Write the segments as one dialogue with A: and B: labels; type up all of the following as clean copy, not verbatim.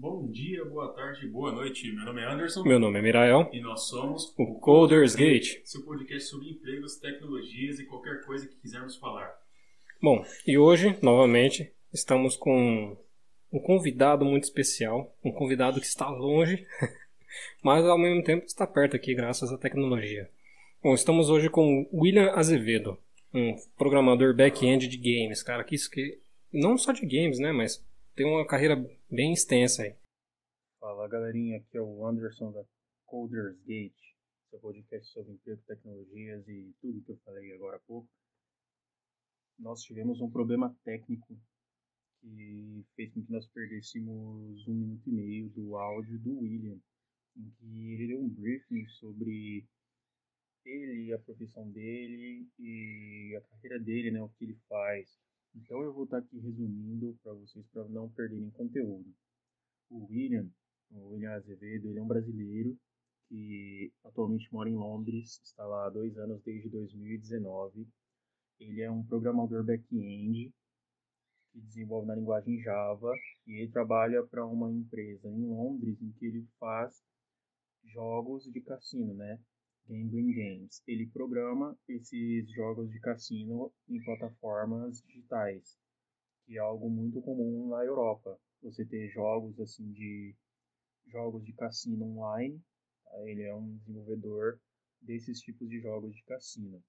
A: Bom dia, boa tarde, boa noite. Meu nome é Anderson.
B: Meu nome é Mirael.
A: E nós somos
B: o Coders Gate.
A: Seu podcast sobre empregos, tecnologias e qualquer coisa que quisermos falar.
B: Bom, e hoje, novamente, estamos com um convidado muito especial. Um convidado que está longe, mas ao mesmo tempo está perto aqui, graças à tecnologia. Bom, estamos hoje com o William Azevedo, um programador back-end de games. Cara, que não só de games, né, mas tem uma carreira bem extensa aí.
C: Fala galerinha, aqui é o Anderson da Coders Gate, seu podcast sobre emprego, tecnologias e tudo que eu falei agora há pouco. Nós tivemos um problema técnico que fez com que nós perdêssemos 1 minuto e meio do áudio do William, em que ele deu um briefing sobre ele, a profissão dele e a carreira dele, né, o que ele faz. Então eu vou estar aqui resumindo para vocês, para não perderem conteúdo. O William Azevedo, ele é um brasileiro que atualmente mora em Londres, está lá há 2 anos, desde 2019. Ele é um programador back-end que desenvolve na linguagem Java e ele trabalha para uma empresa em Londres em que ele faz jogos de cassino, né? Gambling Games. Ele programa esses jogos de cassino em plataformas digitais, que é algo muito comum na Europa. Você ter jogos assim de cassino online. Tá? Ele é um desenvolvedor desses tipos de jogos de cassino.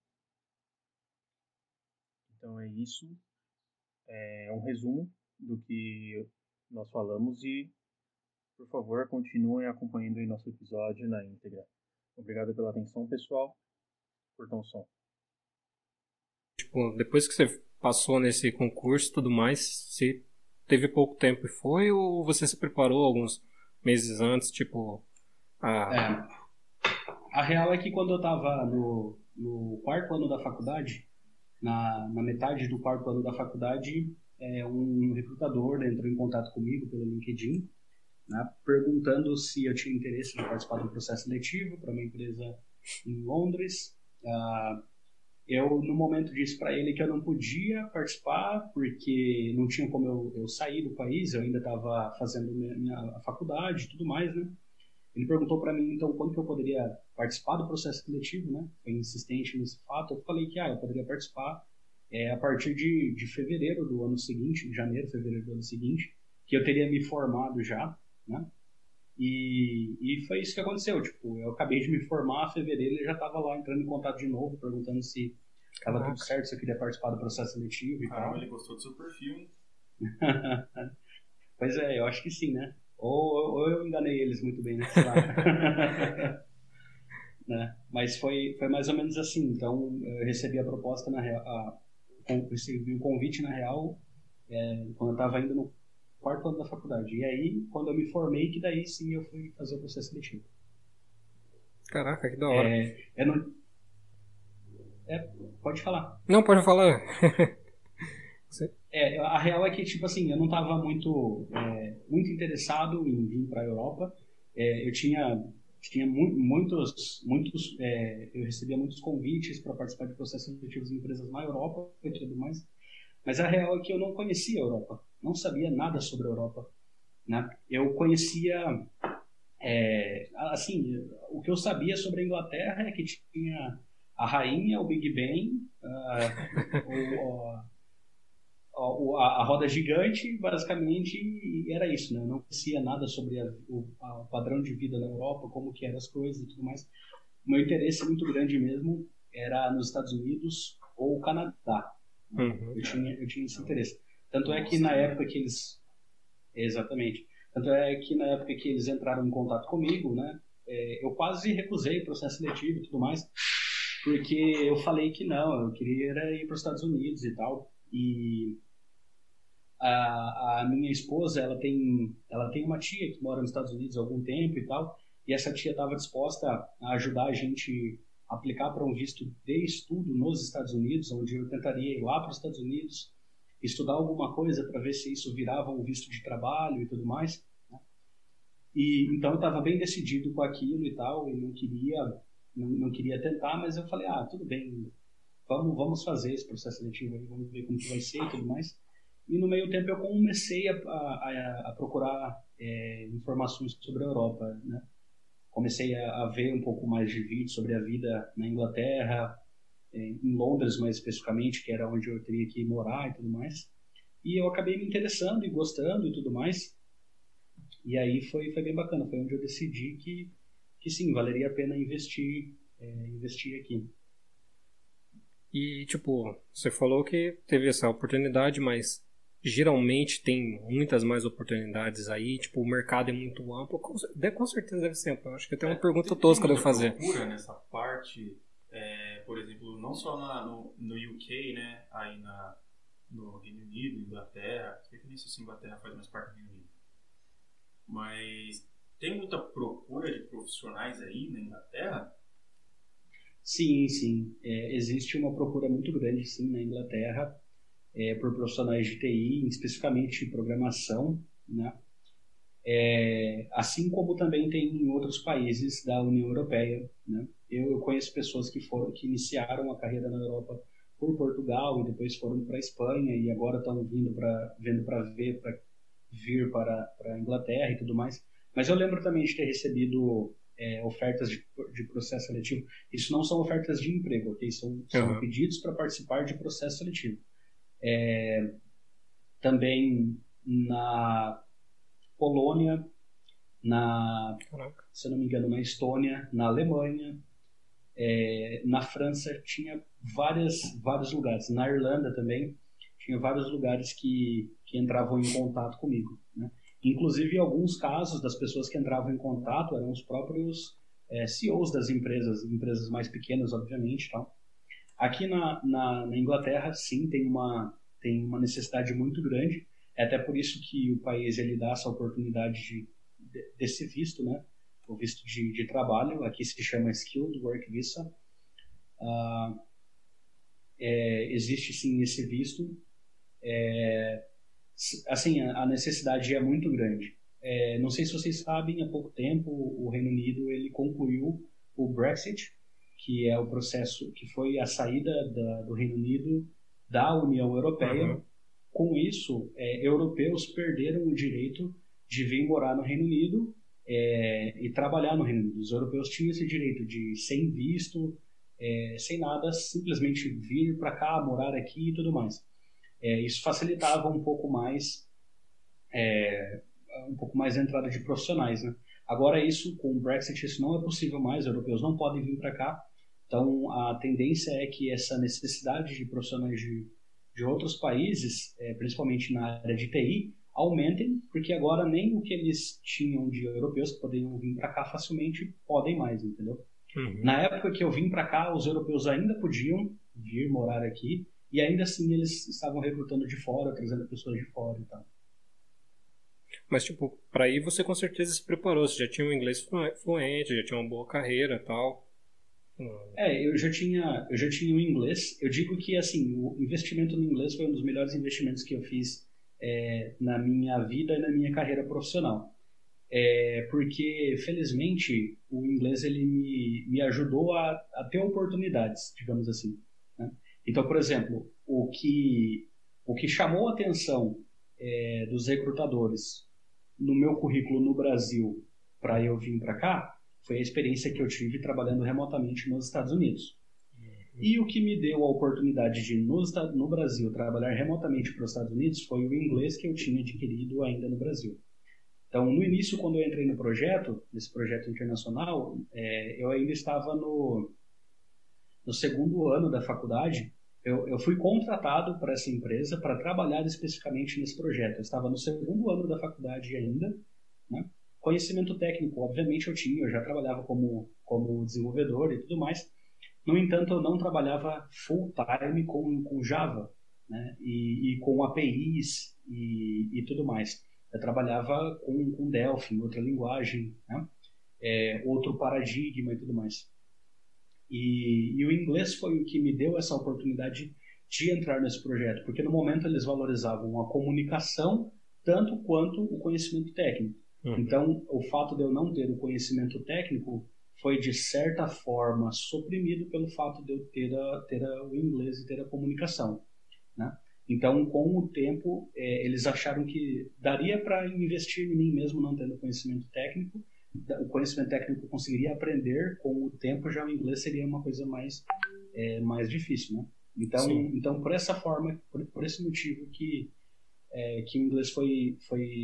C: Então é isso. É um resumo do que nós falamos e, por favor, continuem acompanhando o nosso episódio na íntegra. Obrigado pela atenção, pessoal. Curtam o som.
B: Tipo, depois que você passou nesse concurso e tudo mais, você teve pouco tempo e foi, ou você se preparou alguns meses antes, tipo...
D: A real é que quando eu estava no quarto ano da faculdade, na metade do quarto ano da faculdade, um recrutador entrou em contato comigo pelo LinkedIn, né, perguntando se eu tinha interesse de participar do processo seletivo para uma empresa em Londres. Eu, no momento, disse para ele que eu não podia participar porque não tinha como eu sair do país, eu ainda estava fazendo minha faculdade e tudo mais, né? Ele perguntou para mim, então, quando que eu poderia participar do processo seletivo, né? Foi insistente nesse fato. Eu falei que eu poderia participar a partir de fevereiro do ano seguinte, de janeiro, fevereiro do ano seguinte, que eu teria me formado já, né? E foi isso que aconteceu. Tipo, eu acabei de me formar, em fevereiro ele já estava lá entrando em contato de novo, perguntando se estava tudo certo, se eu queria participar do processo seletivo e tal.
A: Ele gostou do seu perfil, hein?
D: Pois é, eu acho que sim, né? Ou eu enganei eles muito bem, né? Sei lá. Né? Mas foi mais ou menos assim. Então, eu recebi a proposta na real, recebi o convite na real quando eu estava indo no quarto ano da faculdade. E aí, quando eu me formei, que daí sim eu fui fazer o processo seletivo.
B: Caraca, que da hora.
D: Pode falar.
B: Não, pode falar.
D: A real é que, tipo assim, eu não estava muito interessado em vir para a Europa. Eu tinha muitos eu recebia muitos convites para participar de processos seletivos em empresas na Europa e tudo mais. Mas a real é que eu não conhecia a Europa, não sabia nada sobre a Europa, né? Eu conhecia, assim, o que eu sabia sobre a Inglaterra é que tinha a rainha, o Big Ben, a roda gigante, basicamente, e era isso, né? Eu não conhecia nada sobre o padrão de vida na Europa, como que eram as coisas e tudo mais. O meu interesse muito grande mesmo era nos Estados Unidos ou Canadá.
B: Uhum.
D: Eu tinha esse interesse. Tanto é que na época que eles... Exatamente. Tanto é que na época que eles entraram em contato comigo, né? Eu quase recusei o processo seletivo e tudo mais, porque eu falei que não, eu queria ir para os Estados Unidos e tal. E a minha esposa, ela tem uma tia que mora nos Estados Unidos há algum tempo e tal, e essa tia estava disposta a ajudar a gente a aplicar para um visto de estudo nos Estados Unidos, onde eu tentaria ir lá para os Estados Unidos, estudar alguma coisa para ver se isso virava um visto de trabalho e tudo mais, né? E então eu estava bem decidido com aquilo e tal, e não queria tentar, mas eu falei, tudo bem, vamos fazer esse processo seletivo aí, vamos ver como que vai ser e tudo mais. E no meio tempo eu comecei a procurar informações sobre a Europa, né? Comecei a ver um pouco mais de vídeos sobre a vida na Inglaterra, em Londres mais especificamente, que era onde eu teria que morar e tudo mais. E eu acabei me interessando e gostando e tudo mais. E aí foi bem bacana, foi onde eu decidi que sim, valeria a pena investir aqui.
B: E, tipo, você falou que teve essa oportunidade, mas geralmente tem muitas mais oportunidades aí, tipo, o mercado é muito amplo. Com certeza deve ser amplo. Eu acho que tem uma pergunta tosca de eu fazer.
A: Tem procura nessa parte, por exemplo, não só no UK, né, aí no Reino Unido, Inglaterra, sei que nem sei se a Inglaterra faz mais parte do Reino Unido, mas tem muita procura de profissionais aí na Inglaterra?
D: Sim, sim. Existe uma procura muito grande, sim, na Inglaterra, por profissionais de TI, especificamente programação, né? Assim como também tem em outros países da União Europeia, né? Eu conheço pessoas que iniciaram a carreira na Europa por Portugal e depois foram para a Espanha e agora estão vir para a Inglaterra e tudo mais. Mas eu lembro também de ter recebido ofertas de processo seletivo. Isso não são ofertas de emprego, ok? São pedidos para participar de processo seletivo. Também na Polônia, se eu não me engano, na Estônia, na Alemanha, na França tinha vários lugares. Na Irlanda também tinha vários lugares que entravam em contato comigo, né? Inclusive, em alguns casos, das pessoas que entravam em contato eram os próprios CEOs das empresas mais pequenas, obviamente. Tal. Aqui na Inglaterra, sim, tem uma necessidade muito grande. É até por isso que o país ele dá essa oportunidade desse visto, né? O visto de trabalho. Aqui se chama Skilled Work Visa. Existe, sim, esse visto. Assim, a necessidade é muito grande. Não sei se vocês sabem, há pouco tempo o Reino Unido ele concluiu o Brexit, que é o processo que foi a saída do Reino Unido da União Europeia. Uhum. Com isso, europeus perderam o direito de vir morar no Reino Unido e trabalhar no Reino Unido. Os europeus tinham esse direito de, sem visto, sem nada, simplesmente vir para cá, morar aqui e tudo mais. Isso facilitava um pouco mais a entrada de profissionais, né? Agora isso, com o Brexit, isso não é possível mais, os europeus não podem vir para cá, então a tendência é que essa necessidade de profissionais de outros países, principalmente na área de TI, aumentem, porque agora nem o que eles tinham de europeus que poderiam vir para cá facilmente podem mais, entendeu? Uhum. Na época que eu vim para cá, os europeus ainda podiam vir morar aqui, e ainda assim eles estavam recrutando de fora, trazendo pessoas de fora e tal.
B: Mas, tipo, para ir você com certeza se preparou, você já tinha um inglês fluente, já tinha uma boa carreira e tal.
D: Eu já tinha o inglês. Eu digo que, assim, o investimento no inglês foi um dos melhores investimentos que eu fiz na minha vida e na minha carreira profissional. Porque, felizmente, o inglês ele me ajudou a ter oportunidades, digamos assim, né? Então, por exemplo, o que chamou a atenção dos recrutadores no meu currículo no Brasil para eu vir para cá foi a experiência que eu tive trabalhando remotamente nos Estados Unidos. E o que me deu a oportunidade de, no Brasil, trabalhar remotamente para os Estados Unidos foi o inglês que eu tinha adquirido ainda no Brasil. Então, no início, quando eu entrei nesse projeto internacional, eu ainda estava no segundo ano da faculdade. Eu fui contratado para essa empresa para trabalhar especificamente nesse projeto. Eu estava no segundo ano da faculdade ainda, né? Conhecimento técnico, obviamente eu tinha, eu já trabalhava como desenvolvedor e tudo mais. No entanto, eu não trabalhava full time com Java, né? E com APIs e tudo mais. Eu trabalhava com Delphi, outra linguagem, né? Outro paradigma e tudo mais. E o inglês foi o que me deu essa oportunidade de entrar nesse projeto, porque no momento eles valorizavam a comunicação tanto quanto o conhecimento técnico. Uhum. Então, o fato de eu não ter o conhecimento técnico foi, de certa forma, suprimido pelo fato de eu ter o inglês e ter a comunicação, né? Então, com o tempo, eles acharam que daria para investir em mim mesmo não tendo conhecimento técnico. O conhecimento técnico eu conseguiria aprender, com o tempo já o inglês seria uma coisa mais difícil, né? Então por essa forma, por esse motivo que o inglês foi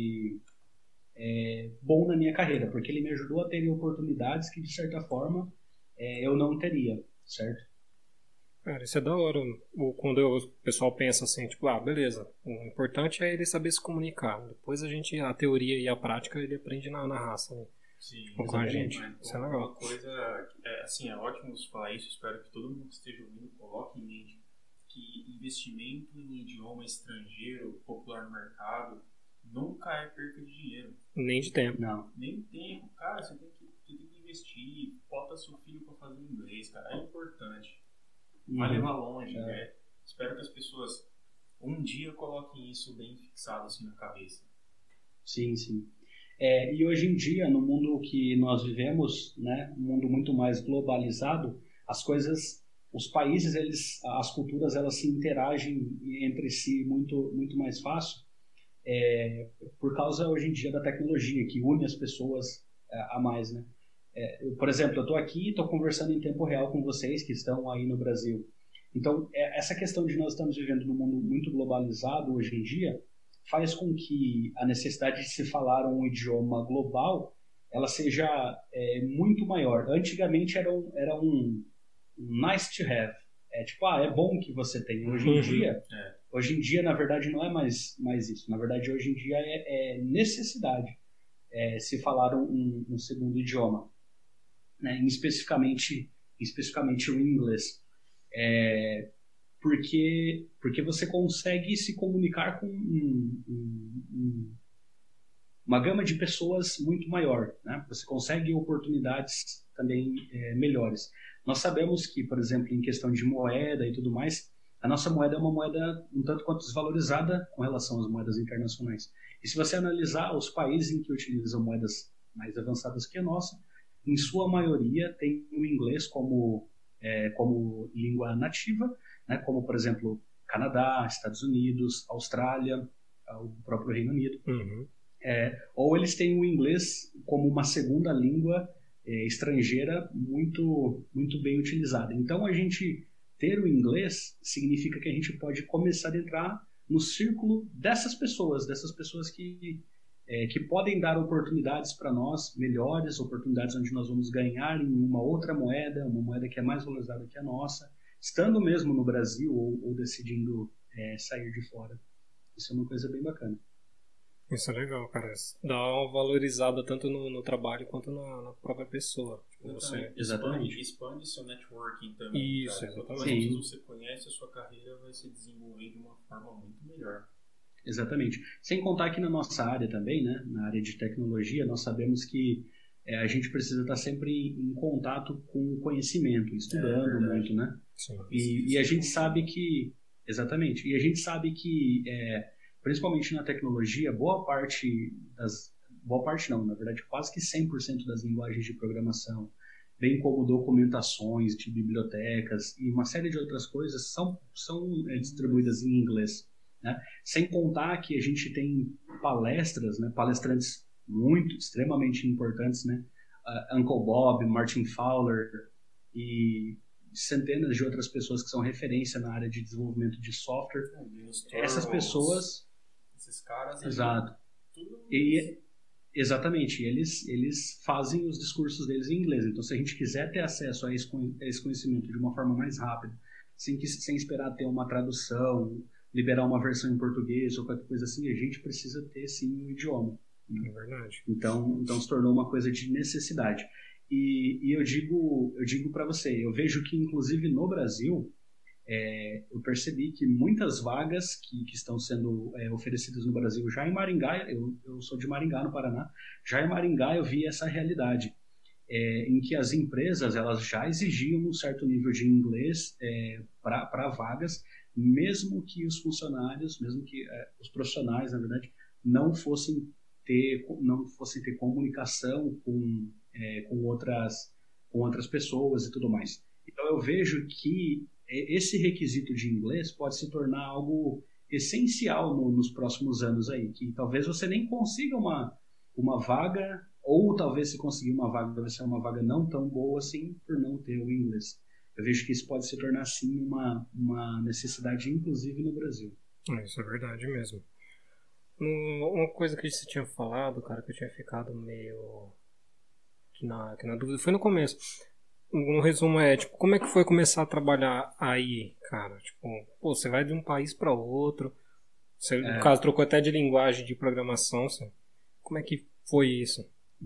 D: bom na minha carreira, porque ele me ajudou a ter oportunidades que, de certa forma, eu não teria, certo?
B: Cara, isso é da hora. Quando o pessoal pensa assim, tipo, beleza, o importante é ele saber se comunicar. Depois a teoria e a prática ele aprende na raça, né?
A: Sim,
B: com a gente.
A: Mas,
B: isso é legal.
A: Uma coisa, assim, é ótimo você falar isso, espero que todo mundo que esteja ouvindo coloque em mente que investimento em idioma estrangeiro, popular no mercado, nunca é perca de dinheiro.
B: Nem de tempo.
D: Não.
A: Nem tempo. Cara, você tem que investir, bota seu filho para fazer inglês, cara, é importante. Vai levar longe, né? Espero que as pessoas um dia coloquem isso bem fixado assim na cabeça.
D: Sim, sim. E hoje em dia, no mundo que nós vivemos, né, um mundo muito mais globalizado, as coisas, os países, as culturas, elas se interagem entre si muito, muito mais fácil, por causa hoje em dia da tecnologia que une as pessoas a mais, né? Por exemplo, eu estou aqui e estou conversando em tempo real com vocês que estão aí no Brasil. Então, essa questão de nós estamos vivendo num mundo muito globalizado hoje em dia faz com que a necessidade de se falar um idioma global ela seja muito maior. Antigamente era um nice to have. É bom que você tenha. Hoje em dia, na verdade, não é mais isso. Na verdade, hoje em dia é necessidade se falar um segundo idioma, né? Especificamente o inglês. Porque você consegue se comunicar com uma gama de pessoas muito maior, né? Você consegue oportunidades também melhores. Nós sabemos que, por exemplo, em questão de moeda e tudo mais, a nossa moeda é uma moeda um tanto quanto desvalorizada com relação às moedas internacionais. E se você analisar os países em que utilizam moedas mais avançadas que a nossa, em sua maioria tem o inglês como língua nativa, né? Como, por exemplo, Canadá, Estados Unidos, Austrália, o próprio Reino Unido.
B: Uhum.
D: Ou eles têm o inglês como uma segunda língua estrangeira muito, muito bem utilizada. Então, a gente ter o inglês significa que a gente pode começar a entrar no círculo dessas pessoas que podem dar oportunidades para nós, melhores oportunidades onde nós vamos ganhar em uma outra moeda, uma moeda que é mais valorizada que a nossa, estando mesmo no Brasil ou decidindo sair de fora. Isso é uma coisa bem bacana.
B: Isso é legal, cara. Dá uma valorizada tanto no trabalho quanto na própria pessoa. Tipo,
D: Exatamente.
A: Expande seu networking também.
B: Isso,
A: cara.
B: exatamente.
A: Quanto mais pessoas você conhece, a sua carreira vai se desenvolver de uma forma muito melhor.
D: Exatamente. Sem contar que na nossa área também, né, na área de tecnologia, nós sabemos que a gente precisa estar sempre em contato com o conhecimento, estudando muito, né?
B: Sim.
D: E a gente sabe que... Exatamente. E a gente sabe que, principalmente na tecnologia, boa parte não, na verdade, quase que 100% das linguagens de programação, bem como documentações de bibliotecas e uma série de outras coisas são distribuídas em inglês, né? Sem contar que a gente tem palestras, né, palestrantes extremamente importantes, né? Uncle Bob, Martin Fowler e centenas de outras pessoas que são referência na área de desenvolvimento de software. Essas pessoas...
A: Esses caras...
D: Exato. Exatamente. Eles fazem os discursos deles em inglês. Então, se a gente quiser ter acesso a esse conhecimento de uma forma mais rápida, sem esperar ter uma tradução, liberar uma versão em português ou qualquer coisa assim, a gente precisa ter, sim, um idioma.
B: É verdade.
D: Então se tornou uma coisa de necessidade. E eu digo para você, eu vejo que, inclusive, no Brasil, eu percebi que muitas vagas que estão sendo oferecidas no Brasil, já em Maringá, eu sou de Maringá, no Paraná, já em Maringá eu vi essa realidade, em que as empresas elas já exigiam um certo nível de inglês para vagas, mesmo que os funcionários, mesmo que os profissionais, na verdade, não fossem ter comunicação com outras pessoas e tudo mais. Então eu vejo que esse requisito de inglês pode se tornar algo essencial nos próximos anos aí, que talvez você nem consiga uma vaga, ou talvez se conseguir uma vaga, vai ser uma vaga não tão boa assim, por não ter o inglês. Eu vejo que isso pode se tornar, sim, uma necessidade, inclusive no Brasil.
B: Isso é verdade mesmo. Uma coisa que você tinha falado, cara, que eu tinha ficado meio que na dúvida, foi no começo. No resumo tipo, como é que foi começar a trabalhar aí, cara? Tipo, pô, você vai de um país para outro, você, no caso, trocou até de linguagem de programação, como é que foi isso?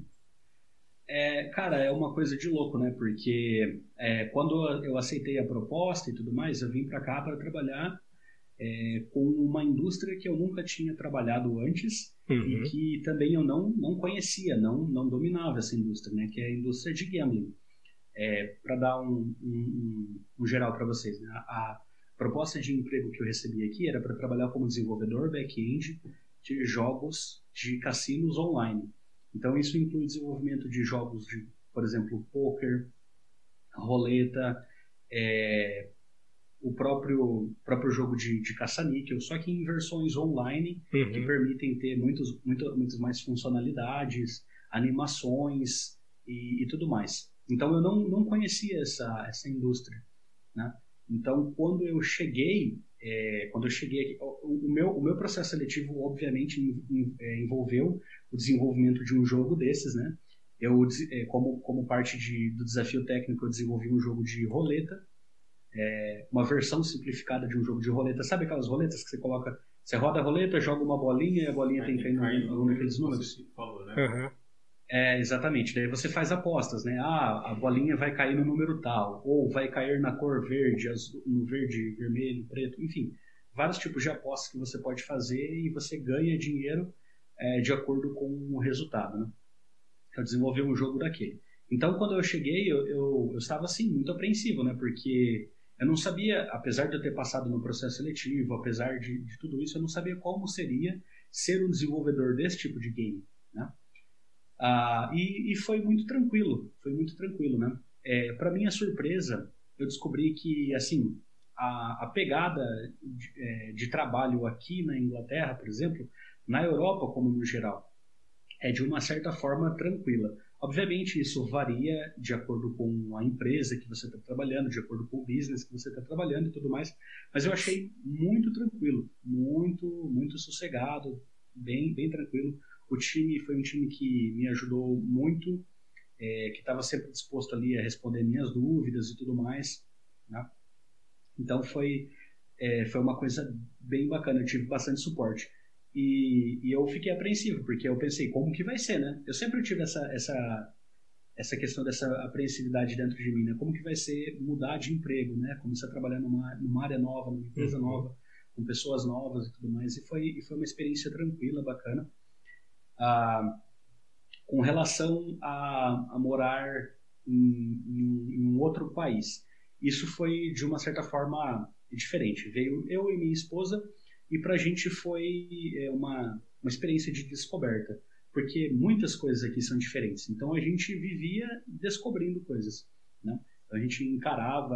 D: Cara, é uma coisa de louco, né? Porque quando eu aceitei a proposta e tudo mais, eu vim para cá para trabalhar com uma indústria que eu nunca tinha trabalhado antes e que também eu não conhecia, não dominava essa indústria, né? Que é a indústria de gambling. Para dar um geral para vocês, né? A proposta de emprego que eu recebi aqui era para trabalhar como desenvolvedor back-end de jogos de cassinos online. Então isso inclui desenvolvimento de jogos de, por exemplo, poker, roleta, o próprio jogo de caça-níquel, só que em versões online que permitem ter muitas mais funcionalidades, animações e tudo mais. Então eu não conhecia essa indústria, né? Então quando eu cheguei aqui, o meu processo seletivo obviamente envolveu o desenvolvimento de um jogo desses, né? Eu como parte do desafio técnico eu desenvolvi um jogo de roleta, uma versão simplificada de um jogo de roleta. Sabe aquelas roletas que você roda a roleta, joga uma bolinha e a bolinha tem que cair no naqueles números?
A: Você falou, né?
D: Exatamente. Daí você faz apostas, né? A bolinha vai cair no número tal, ou vai cair na cor verde, azul, no verde, vermelho, preto, enfim. Vários tipos de apostas que você pode fazer e você ganha dinheiro de acordo com o resultado, né? Eu desenvolvi um jogo daquele. Então, quando eu cheguei, eu estava, assim, muito apreensivo, né? Porque eu não sabia, apesar de eu ter passado no processo seletivo, apesar de tudo isso, eu não sabia como seria ser um desenvolvedor desse tipo de game, né? E foi muito tranquilo, né? Para minha surpresa, eu descobri que, assim, a pegada de trabalho aqui na Inglaterra, por exemplo, na Europa como no geral, é de uma certa forma tranquila. Obviamente isso varia de acordo com a empresa que você está trabalhando, de acordo com o business que você está trabalhando e tudo mais, mas eu achei muito tranquilo, muito sossegado, bem tranquilo. O time foi um time que me ajudou muito, que estava sempre disposto ali a responder minhas dúvidas e tudo mais, né? Então foi uma coisa bem bacana, eu tive bastante suporte. E eu fiquei apreensivo, porque eu pensei, como que vai ser, né? Eu sempre tive essa questão dessa apreensividade dentro de mim, né? Como que vai ser mudar de emprego, né? Começar a trabalhar numa área nova, numa empresa nova, com pessoas novas e tudo mais. E foi uma experiência tranquila, bacana. Com relação a morar em um outro país, isso foi, de uma certa forma, diferente. Veio eu e minha esposa, e para a gente foi uma experiência de descoberta, porque muitas coisas aqui são diferentes. Então a gente vivia descobrindo coisas, né? A gente encarava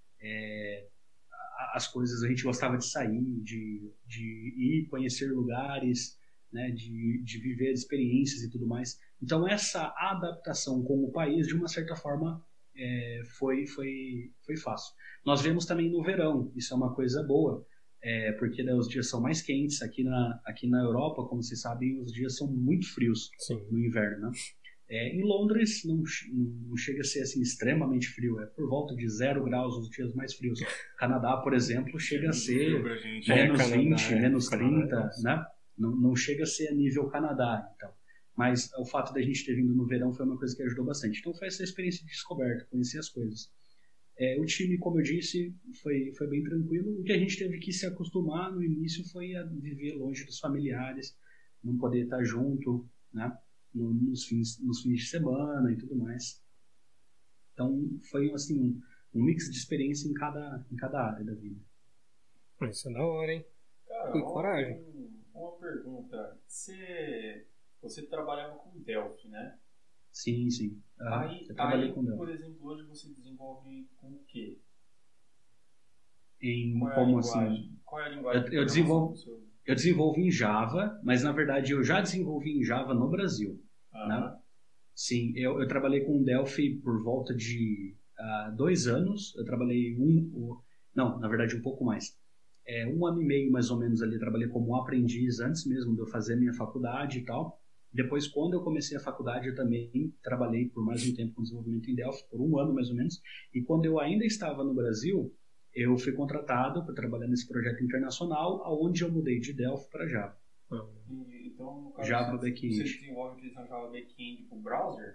D: as coisas, a gente gostava de sair, de ir conhecer lugares, né? De viver experiências e tudo mais. Então essa adaptação com o país, de uma certa forma, foi fácil. Nós vemos também no verão, isso é uma coisa boa, porque os dias são mais quentes. Aqui na Europa, como vocês sabem, os dias são muito frios. Sim. No inverno, né? Em Londres não chega a ser assim extremamente frio, é por volta de 0 graus os dias mais frios. Canadá, por exemplo, chega a ser menos 20, menos 30, né? Não chega a ser a nível Canadá, então. Mas o fato da gente ter vindo no verão foi uma coisa que ajudou bastante. Então foi essa experiência de descoberta, conhecer as coisas. O time, como eu disse, foi bem tranquilo. O que a gente teve que se acostumar no início foi a viver longe dos familiares, não poder estar junto, né? Nos fins de semana e tudo mais. Então foi assim um mix de experiência em cada área da vida.
B: Isso é da hora, hein?
A: Cara,
B: com coragem.
A: Uma pergunta. Você trabalhava com Delphi, né?
D: Sim.
A: Eu trabalhei com Delphi. Por exemplo, hoje você desenvolve com o quê?
D: Como assim?
A: Qual é a linguagem?
D: Eu desenvolvo em Java, mas na verdade eu já desenvolvi em Java no Brasil. Né? Sim, eu trabalhei com Delphi por volta de 2 anos. Eu trabalhei na verdade um pouco mais. 1 ano e meio mais ou menos ali, trabalhei como aprendiz antes mesmo de eu fazer minha faculdade e tal. Depois, quando eu comecei a faculdade, eu também trabalhei por mais um tempo com desenvolvimento em Delphi, por 1 ano mais ou menos. E quando eu ainda estava no Brasil, eu fui contratado para trabalhar nesse projeto internacional, onde eu mudei de Delphi para Java.
A: Então, no caso,
D: Java
A: você
D: backend.
A: desenvolve a utilização de Java backend para o browser?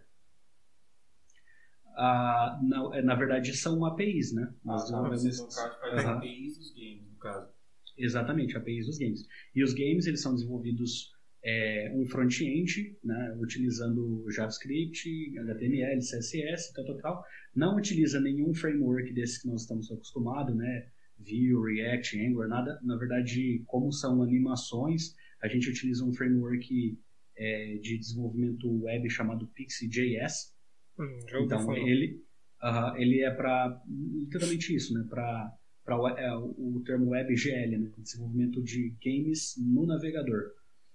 D: Na verdade, são APIs, né?
A: Nós desenvolvemos... no caso, faz APIs dos games, no caso.
D: Exatamente, APIs dos games. E os games, eles são desenvolvidos um front-end, né, utilizando JavaScript, HTML, CSS, tal. Não utiliza nenhum framework desses que nós estamos acostumados, né? Vue, React, Angular, nada. Na verdade, como são animações, a gente utiliza um framework de desenvolvimento web chamado Pixie.js. Então, ele é para literalmente isso, né? Para o termo WebGL, né? Desenvolvimento de games no navegador.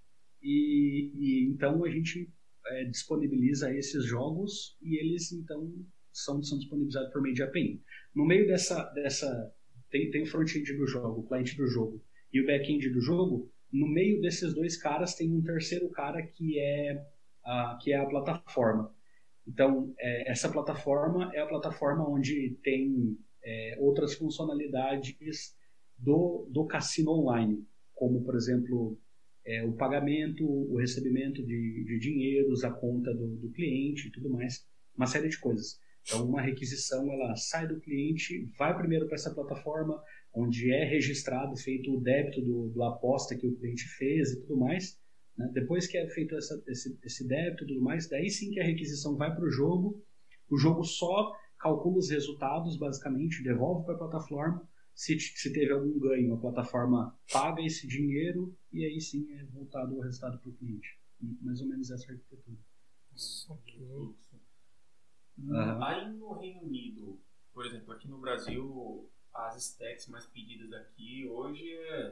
D: E então a gente disponibiliza esses jogos e eles então são disponibilizados por meio de API. No meio dessa tem o front-end do jogo, o cliente do jogo e o back-end do jogo. No meio desses 2 caras tem um terceiro cara que é a plataforma. Então, essa plataforma é a plataforma onde tem outras funcionalidades do cassino online, como, por exemplo, o pagamento, o recebimento de dinheiros, a conta do cliente e tudo mais, uma série de coisas. Então, uma requisição, ela sai do cliente, vai primeiro para essa plataforma, onde é registrado, feito o débito da aposta que o cliente fez e tudo mais. Né? Depois que é feito esse débito e tudo mais, daí sim que a requisição vai para o jogo só calcula os resultados, basicamente, devolve para a plataforma. Se teve algum ganho, a plataforma paga esse dinheiro e aí sim é voltado o resultado para o cliente. Mais ou menos essa arquitetura.
A: Aí no Reino Unido, por exemplo, aqui no Brasil, as stacks mais pedidas aqui hoje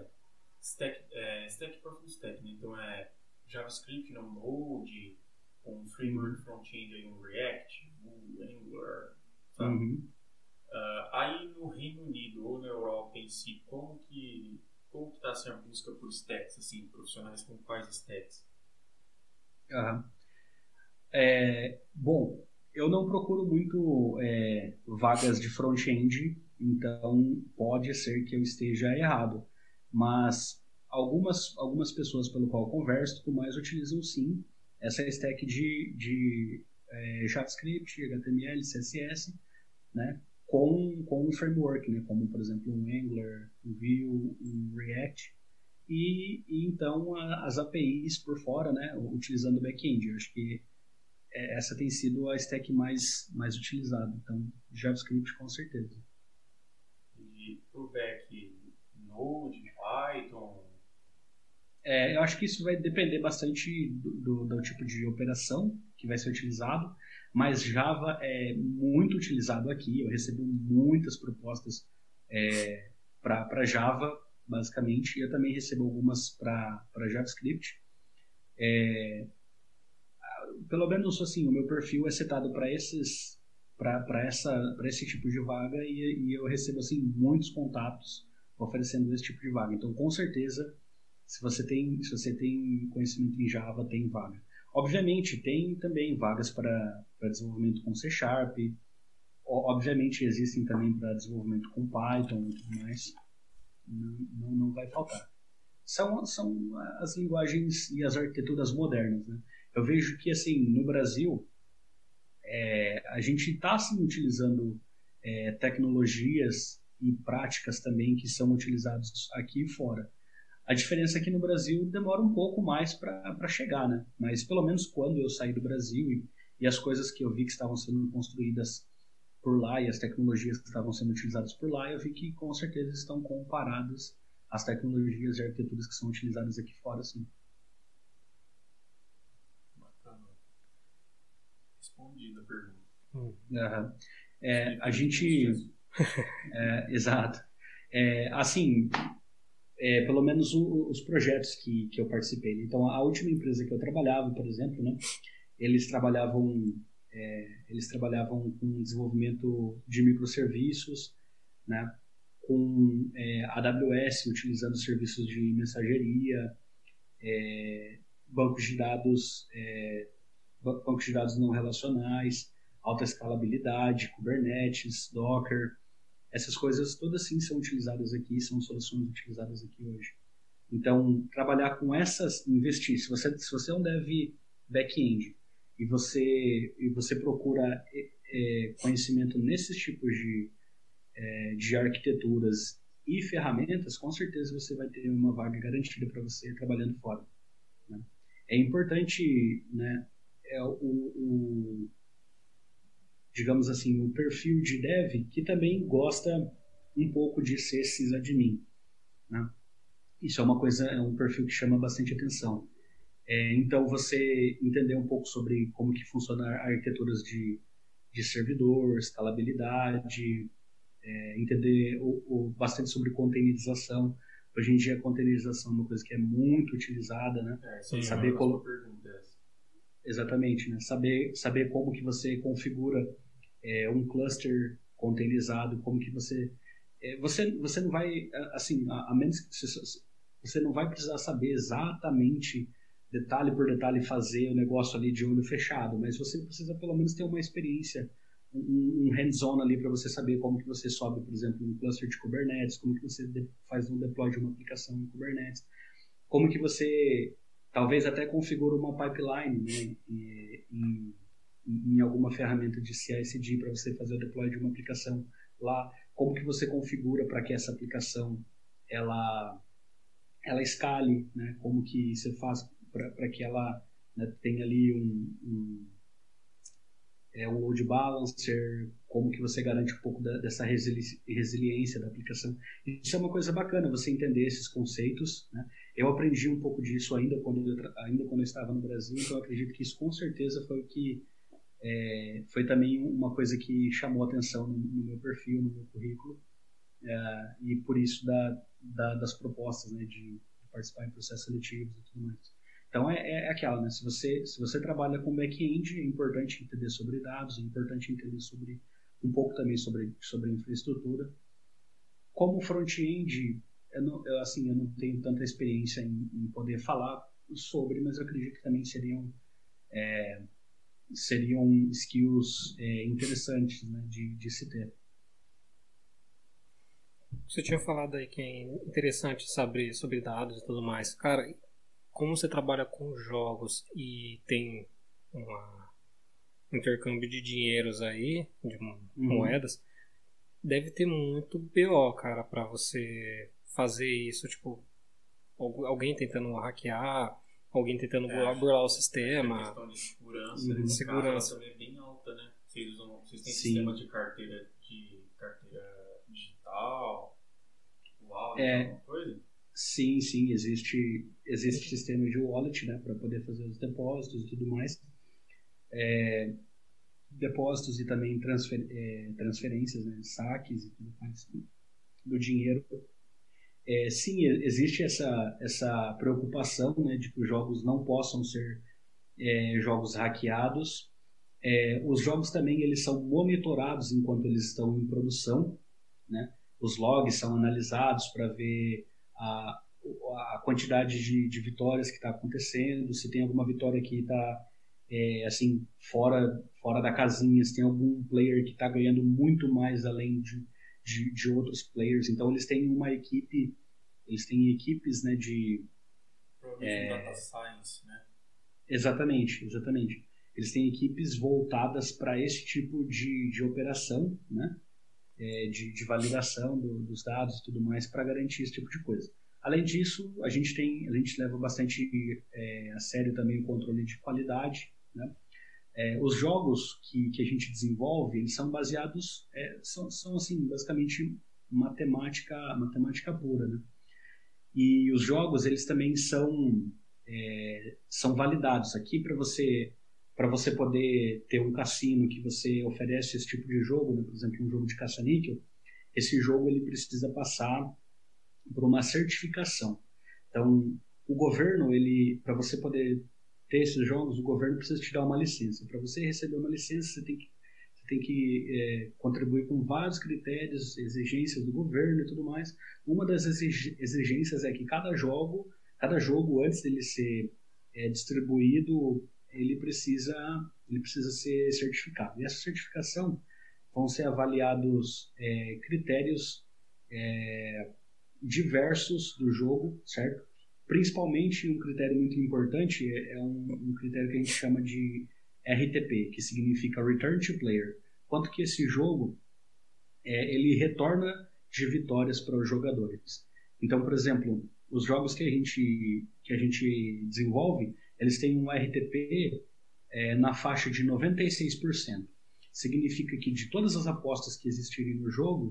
A: stack para full stack, né? Então é JavaScript no Node, com framework front-end aí no React, Angular, sabe? Aí no Reino Unido ou na Europa em si, como que está sendo a busca por stacks, assim, profissionais com quais stacks?
D: Bom, eu não procuro muito vagas de front-end, então pode ser que eu esteja errado, mas algumas pessoas pelo qual eu converso, tudo mais, utilizam sim essa stack de JavaScript, HTML, CSS, né? Com um framework, né? Como, por exemplo, um Angular, um Vue, um React, e então as APIs por fora, né? Utilizando o back-end. Eu acho que essa tem sido a stack mais utilizada. Então, JavaScript com certeza.
A: E pro back, Node, Python?
D: Eu acho que isso vai depender bastante do tipo de operação que vai ser utilizado, mas Java é muito utilizado aqui. Eu recebo muitas propostas para Java, basicamente, e eu também recebo algumas para JavaScript. Pelo menos assim, o meu perfil é setado para esse tipo de vaga e eu recebo assim muitos contatos oferecendo esse tipo de vaga. Então, com certeza, se você tem conhecimento em Java, tem vaga. Obviamente, tem também vagas para desenvolvimento com C#. Obviamente, existem também para desenvolvimento com Python e tudo mais. Não vai faltar. São as linguagens e as arquiteturas modernas, né? Eu vejo que, assim, no Brasil, a gente está assim, utilizando tecnologias e práticas também que são utilizadas aqui e fora. A diferença é que no Brasil demora um pouco mais para chegar, né? Mas pelo menos quando eu saí do Brasil e as coisas que eu vi que estavam sendo construídas por lá e as tecnologias que estavam sendo utilizadas por lá, eu vi que com certeza estão comparadas às tecnologias e arquiteturas que são utilizadas aqui fora, sim.
A: Bacana. Respondida a pergunta.
D: A gente... exato. Assim, pelo menos os projetos que eu participei. Então, a última empresa que eu trabalhava, por exemplo, né, eles trabalhavam com desenvolvimento de microserviços, né, com AWS, utilizando serviços de mensageria, bancos de dados não relacionais, alta escalabilidade, Kubernetes, Docker. Essas coisas todas sim são utilizadas aqui, são soluções utilizadas aqui hoje. Então, trabalhar com investir. Se você é um dev back-end e você procura conhecimento nesses tipos de arquiteturas e ferramentas, com certeza você vai ter uma vaga garantida para você trabalhando fora. Né? É importante, né, digamos assim, o perfil de dev que também gosta um pouco de ser sysadmin, né? Isso é um perfil que chama bastante atenção. Então, você entender um pouco sobre como que funciona arquiteturas de servidor, escalabilidade, entender bastante sobre containerização. Hoje em dia, a containerização é uma coisa que é muito utilizada, né?
A: Saber como... pergunta.
D: Exatamente, né? Saber como que você configura um cluster containerizado, como que você não vai, assim, a menos que você não vai precisar saber exatamente, detalhe por detalhe, fazer o negócio ali de olho fechado, mas você precisa pelo menos ter uma experiência, um hands-on ali para você saber como que você sobe, por exemplo, um cluster de Kubernetes, como que você faz um deploy de uma aplicação em Kubernetes, como que você talvez até configura uma pipeline, né, em alguma ferramenta de CI/CD para você fazer o deploy de uma aplicação lá, como que você configura para que essa aplicação ela escale, né, como que você faz para que ela, né, tenha ali um load balancer, como que você garante um pouco dessa resiliência da aplicação. Isso é uma coisa bacana, você entender esses conceitos, né? Eu aprendi um pouco disso ainda quando eu estava no Brasil, então eu acredito que isso com certeza foi o que foi também uma coisa que chamou atenção no meu perfil, no meu currículo, e por isso das propostas, né, de participar em processos seletivos e tudo mais. Então é aquela, né? Se você trabalha com back-end, é importante entender sobre dados, é importante entender um pouco também sobre infraestrutura. Como front-end, eu não tenho tanta experiência em poder falar sobre, mas eu acredito que também seriam skills interessantes, né, de se ter.
B: Você tinha falado aí que é interessante saber sobre dados e tudo mais. Cara, como você trabalha com jogos e tem um intercâmbio de dinheiros aí, de moedas, deve ter muito BO, cara, pra você fazer isso, tipo, alguém tentando hackear, alguém tentando burlar o sistema.
A: A questão de segurança também é bem alta, né? Vocês têm sistema de carteira digital, alguma coisa?
D: Sim, existe sistema de wallet, né, para poder fazer os depósitos e tudo mais. Depósitos e também transferências, né, saques e tudo mais do dinheiro. Sim, existe essa preocupação, né, de que os jogos não possam ser jogos hackeados. Os jogos também eles são monitorados enquanto eles estão em produção, né? Os logs são analisados para ver a quantidade de vitórias que está acontecendo, se tem alguma vitória que está assim, fora da casinha, se tem algum player que está ganhando muito mais além de outros players. Então eles têm equipes, né,
A: provavelmente data science, né?
D: Exatamente. Eles têm equipes voltadas para esse tipo de operação, né? De validação dos dados e tudo mais, para garantir esse tipo de coisa. Além disso, a gente leva bastante a sério também o controle de qualidade, né? Os jogos que a gente desenvolve, eles são baseados, são assim, basicamente matemática pura, né? E os jogos, eles também são validados aqui para você poder ter um cassino que você oferece esse tipo de jogo, né? Por exemplo, um jogo de caça-níquel, esse jogo ele precisa passar por uma certificação. Então, o governo, para você poder ter esses jogos, o governo precisa te dar uma licença. Para você receber uma licença, você tem que contribuir com vários critérios, exigências do governo e tudo mais. Uma das exigências é que cada jogo, antes dele ser distribuído, ele precisa ser certificado. E essa certificação vão ser avaliados critérios diversos do jogo, certo? Principalmente um critério muito importante é um critério que a gente chama de RTP, que significa Return to Player. Quanto que esse jogo ele retorna de vitórias para os jogadores. Então, por exemplo, os jogos que a gente desenvolve, eles têm um RTP na faixa de 96%. Significa que de todas as apostas que existirem no jogo,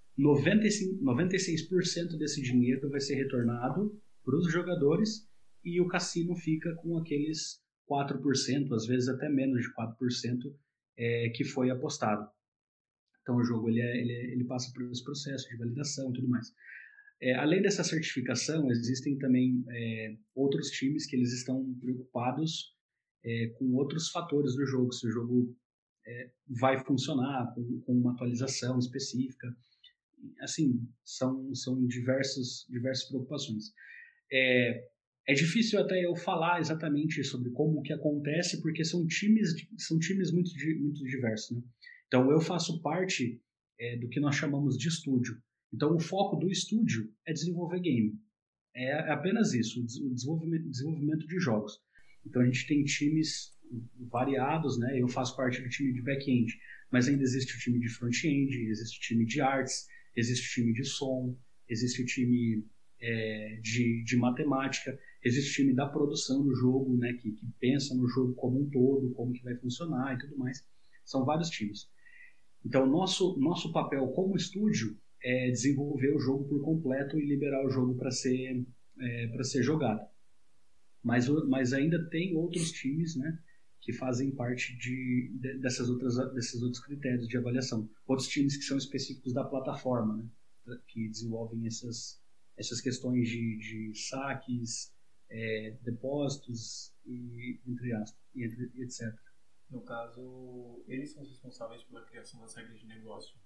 D: 96% desse dinheiro vai ser retornado para os jogadores e o cassino fica com aqueles 4%, às vezes até menos de 4%, que foi apostado. Então o jogo ele passa por esse processo de validação e tudo mais. Além dessa certificação, existem também outros times que eles estão preocupados com outros fatores do jogo, se o jogo vai funcionar com uma atualização específica. Assim, são diversas preocupações. É difícil até eu falar exatamente sobre como que acontece, porque são times muito diversos, né? Então, eu faço parte do que nós chamamos de estúdio. Então, o foco do estúdio é desenvolver game. É apenas isso, o desenvolvimento de jogos. Então, a gente tem times variados, né? Eu faço parte do time de back-end, mas ainda existe o time de front-end, existe o time de arts, existe o time de som, existe o time de matemática, existe o time da produção do jogo, né? Que pensa no jogo como um todo, como que vai funcionar e tudo mais. São vários times. Então, nosso papel como estúdio é desenvolver o jogo por completo e liberar o jogo para ser jogado. Mas ainda tem outros times, né, que fazem parte desses outros critérios de avaliação. Outros times que são específicos da plataforma, né, que desenvolvem essas questões de saques, depósitos e etc.
A: No caso, eles são responsáveis pela criação das regras de negócio.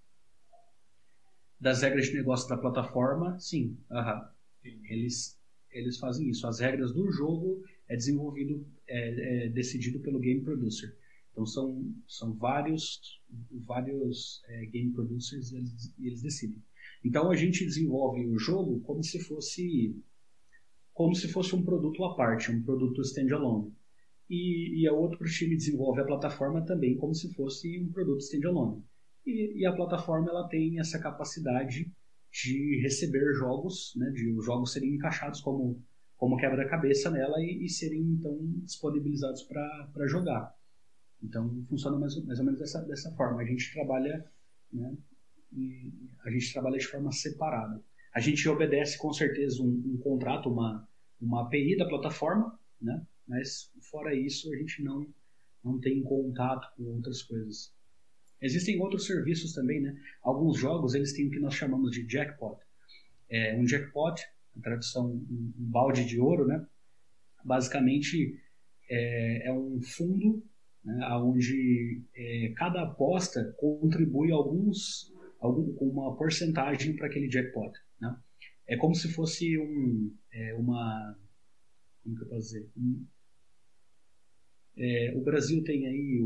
D: Das regras de negócio da plataforma, sim. Eles fazem isso. As regras do jogo decidido pelo game producer. Então são vários game producers e eles decidem. Então a gente desenvolve o jogo como se fosse um produto à parte, um produto standalone. E a outro time desenvolve a plataforma também como se fosse um produto standalone. E a plataforma ela tem essa capacidade de receber jogos, né, de os jogos serem encaixados como quebra-cabeça nela e serem então disponibilizados para jogar. Então funciona mais ou menos dessa forma. A gente trabalha, né, a gente trabalha de forma separada. A gente obedece com certeza um contrato, uma API da plataforma, né, mas fora isso a gente não tem contato com outras coisas. Existem outros serviços também, né? Alguns jogos eles têm o que nós chamamos de jackpot. Um jackpot, a tradução um balde de ouro, né? Basicamente é um fundo, né, onde cada aposta contribui com uma porcentagem para aquele jackpot, né? É como se fosse uma... Como que eu posso dizer? O Brasil tem aí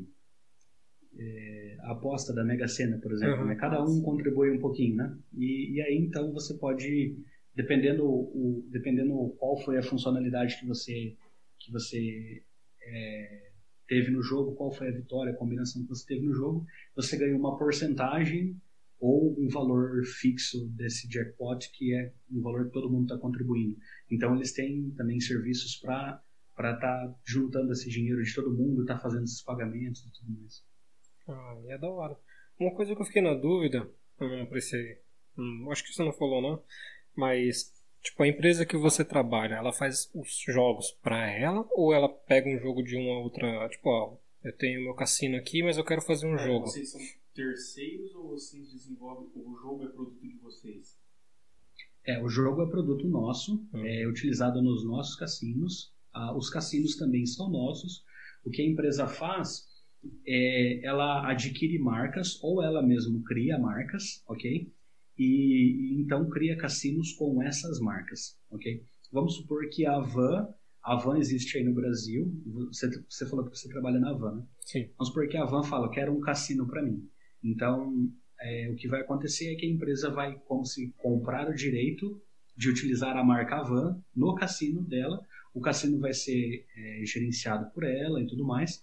D: a aposta da Mega Sena, por exemplo, né? Cada um contribui um pouquinho, né? E aí então você pode, dependendo qual foi a funcionalidade que você teve no jogo, qual foi a vitória, a combinação que você teve no jogo, você ganha uma porcentagem ou um valor fixo desse jackpot, que é um valor que todo mundo está contribuindo. Então eles têm também serviços para estar juntando esse dinheiro de todo mundo, estar fazendo esses pagamentos e tudo mais.
B: É da hora. Uma coisa que eu fiquei na dúvida, acho que você não falou não, mas tipo, a empresa que você trabalha, ela faz os jogos pra ela ou ela pega um jogo de uma outra, tipo, eu tenho meu cassino aqui, mas eu quero fazer um jogo.
A: Vocês terceiros ou vocês desenvolvem, o jogo é produto de vocês?
D: O jogo é produto nosso, é utilizado nos nossos cassinos. Os cassinos também são nossos. O que a empresa faz ela adquire marcas ou ela mesma cria marcas, ok? E então cria cassinos com essas marcas, ok? Vamos supor que a Van existe aí no Brasil. Você falou que você trabalha na Van, né?
B: Sim.
D: Vamos supor que a Van fala, quero um cassino para mim. Então, o que vai acontecer é que a empresa vai como se comprar o direito de utilizar a marca Van no cassino dela. O cassino vai ser gerenciado por ela e tudo mais.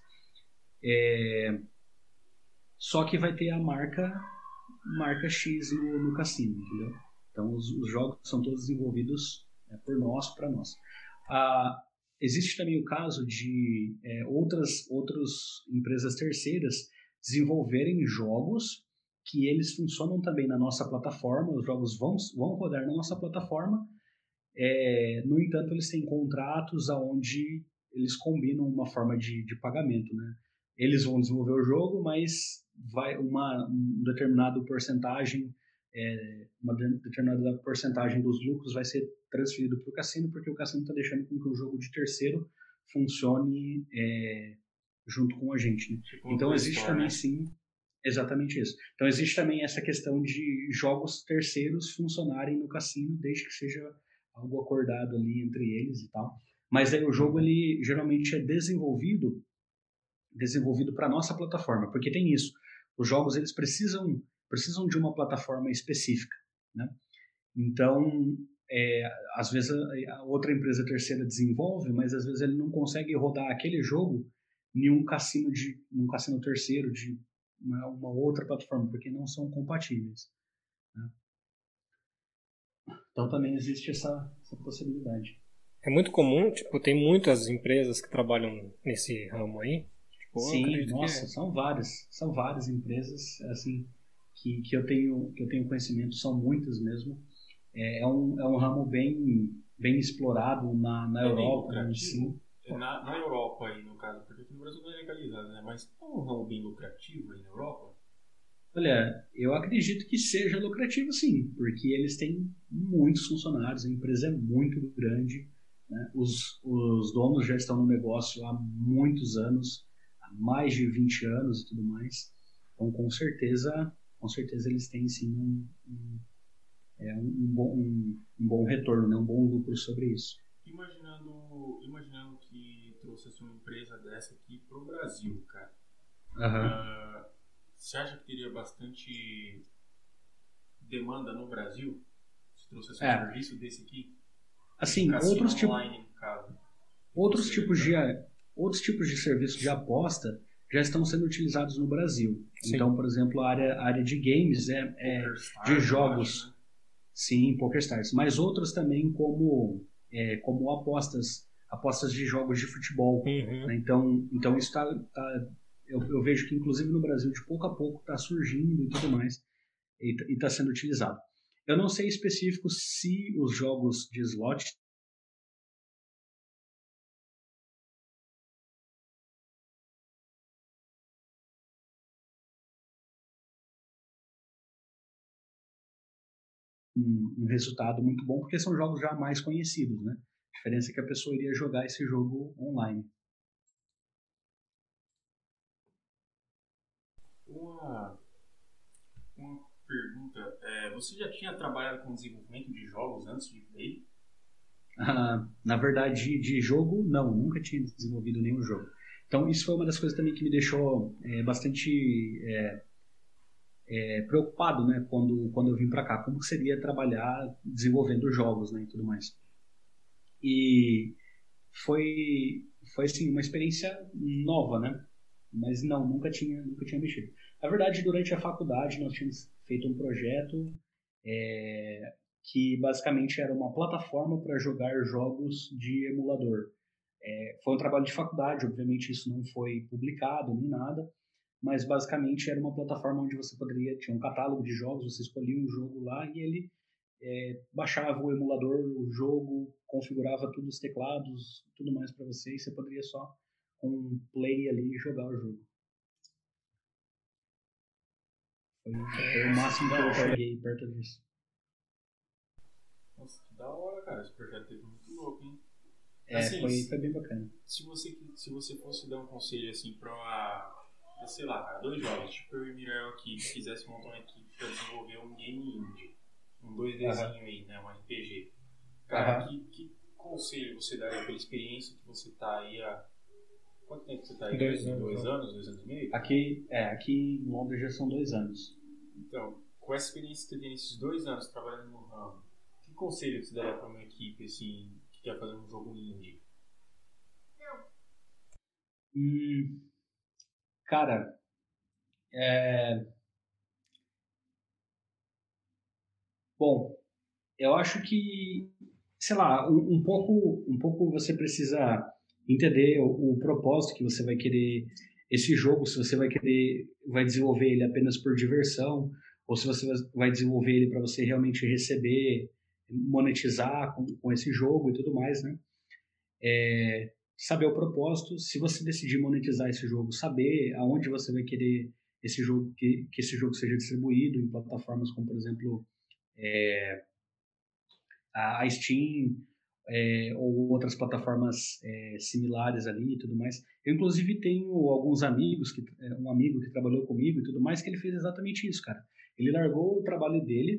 D: Só que vai ter a marca X no cassino, entendeu? Então os jogos são todos desenvolvidos por nós, para nós. Existe também o caso de outras empresas terceiras desenvolverem jogos que eles funcionam também na nossa plataforma, os jogos vão rodar na nossa plataforma, no entanto eles têm contratos onde eles combinam uma forma de pagamento, né? Eles vão desenvolver o jogo, mas vai uma determinada porcentagem dos lucros vai ser transferido para o cassino, porque o cassino está deixando com que o jogo de terceiro funcione junto com a gente, né?
A: Tipo
D: então existe
A: Store,
D: também
A: né?
D: sim, exatamente isso. Então existe também essa questão de jogos terceiros funcionarem no cassino, desde que seja algo acordado ali entre eles e tal. Mas aí o jogo ele geralmente é desenvolvido para nossa plataforma, porque tem isso. Os jogos eles precisam de uma plataforma específica, né? Então, às vezes a outra empresa terceira desenvolve, mas às vezes ele não consegue rodar aquele jogo em um cassino terceiro de uma outra plataforma, porque não são compatíveis, né? Então também existe essa possibilidade.
B: É muito comum, tipo, tem muitas empresas que trabalham nesse ramo aí. Tipo, eu
D: Sim,
B: acredito
D: nossa, são várias empresas assim que eu tenho conhecimento, são muitas mesmo. É um ramo bem explorado na
A: É bem
D: Europa em
A: lucrativo?
D: si.
A: Na Europa aí, no caso, porque aqui no Brasil não é legalizado, né? Mas é um ramo bem lucrativo aí na Europa?
D: Olha, eu acredito que seja lucrativo sim, porque eles têm muitos funcionários, a empresa é muito grande, né? Os donos já estão no negócio há muitos anos, há mais de 20 anos e tudo mais. Então, com certeza eles têm sim um bom retorno, né? Um bom lucro sobre isso.
A: Imaginando que trouxesse uma empresa dessa aqui pro Brasil, cara.
D: Aham.
A: Você acha que teria bastante demanda no Brasil? Se trouxesse um serviço desse aqui?
D: Assim,
A: Cassino online, no caso.
D: outros tipos de serviço de aposta já estão sendo utilizados no Brasil.
B: Sim.
D: Então, por exemplo, a área de games de jogos.
A: Acho, né?
D: Sim, PokerStars. Mas outros também como apostas de jogos de futebol.
B: Uhum.
D: Né? Então isso eu vejo que inclusive no Brasil de pouco a pouco está surgindo e tudo mais e está sendo utilizado. Eu não sei específico se os jogos de slot um resultado muito bom, porque são jogos já mais conhecidos, né? A diferença é que a pessoa iria jogar esse jogo online.
A: Uma pergunta. Você já tinha trabalhado com desenvolvimento de jogos antes de ir?
D: Na verdade, de jogo, não, nunca tinha desenvolvido nenhum jogo. Então, isso foi uma das coisas também que me deixou bastante preocupado, né, quando eu vim para cá. Como que seria trabalhar desenvolvendo jogos, né, e tudo mais. E foi assim, uma experiência nova, né? Mas não, nunca tinha mexido. Na verdade, durante a faculdade, nós tínhamos feito um projeto que basicamente era uma plataforma para jogar jogos de emulador. Foi um trabalho de faculdade, obviamente isso não foi publicado nem nada, mas basicamente era uma plataforma onde você tinha um catálogo de jogos, você escolhia um jogo lá e ele baixava o emulador, o jogo, configurava tudo, os teclados, tudo mais para você, e você poderia só com um play ali jogar o jogo. Foi o máximo que eu cheguei perto disso.
A: Nossa, que da hora, cara. Esse projeto teve muito louco, hein?
D: Assim, foi bem bacana.
A: Se você fosse dar um conselho, assim, pra sei lá, cara, 2 jogos, tipo eu e o Mirael aqui, se quisesse montar uma equipe pra desenvolver um game indie, um 2Dzinho aí, né, um RPG. Cara, que conselho você daria pela experiência que você tá aí há... Quanto tempo você tá aí?
B: 2 anos.
A: 2 anos? 2 anos e meio?
D: Aqui em Londres já são 2 anos.
A: Então, com essa experiência que você tem nesses 2 anos trabalhando no ramo, que conselho você daria pra uma equipe, assim, que quer fazer um jogo indie?
D: Cara, bom, eu acho que, sei lá, um pouco você precisa entender o propósito que você vai querer esse jogo, se você vai desenvolver ele apenas por diversão, ou se você vai desenvolver ele para você realmente receber, monetizar com esse jogo e tudo mais, né? Saber o propósito, se você decidir monetizar esse jogo, saber aonde você vai querer esse jogo, que esse jogo seja distribuído em plataformas como, por exemplo, a Steam, ou outras plataformas similares ali e tudo mais. Eu, inclusive, tenho alguns amigos, um amigo que trabalhou comigo e tudo mais, que ele fez exatamente isso, cara. Ele largou o trabalho dele,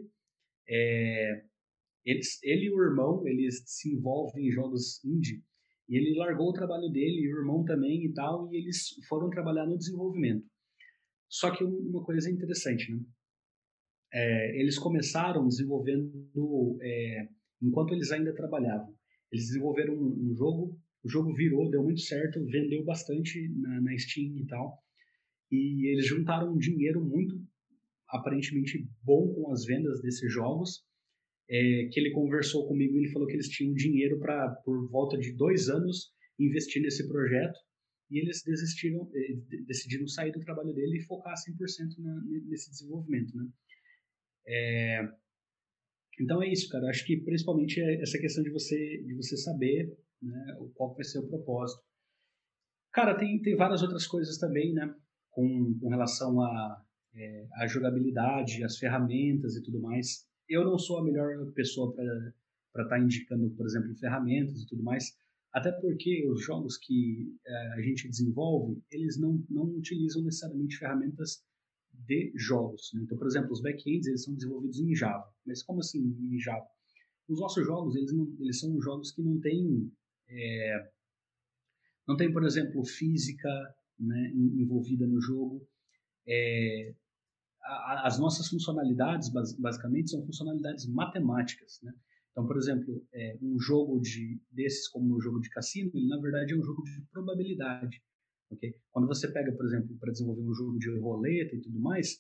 D: ele e o irmão, eles se envolvem em jogos indie, e ele largou o trabalho dele, e o irmão também e tal, e eles foram trabalhar no desenvolvimento. Só que uma coisa interessante, né? Eles começaram desenvolvendo, enquanto eles ainda trabalhavam. Eles desenvolveram um jogo, o jogo virou, deu muito certo, vendeu bastante na Steam e tal, e eles juntaram um dinheiro muito, aparentemente, bom com as vendas desses jogos, que ele conversou comigo e ele falou que eles tinham dinheiro para, por volta de 2 anos, investir nesse projeto, e eles decidiram sair do trabalho dele e focar 100% nesse desenvolvimento, né? Então é isso, cara. Acho que principalmente é essa questão de você saber, né, qual vai ser o propósito. Cara, tem várias outras coisas também, né, com relação à jogabilidade, às ferramentas e tudo mais. Eu não sou a melhor pessoa para estar indicando, por exemplo, ferramentas e tudo mais, até porque os jogos que a gente desenvolve, eles não utilizam necessariamente ferramentas de jogos, né? Então, por exemplo, os backends eles são desenvolvidos em Java. Mas como assim em Java? Os nossos jogos eles são jogos que não tem, por exemplo, física, né, envolvida no jogo. As nossas funcionalidades basicamente são funcionalidades matemáticas, né? Então, por exemplo, um jogo desses como o jogo de cassino, ele na verdade é um jogo de probabilidade. Okay? Quando você pega, por exemplo, para desenvolver um jogo de roleta e tudo mais,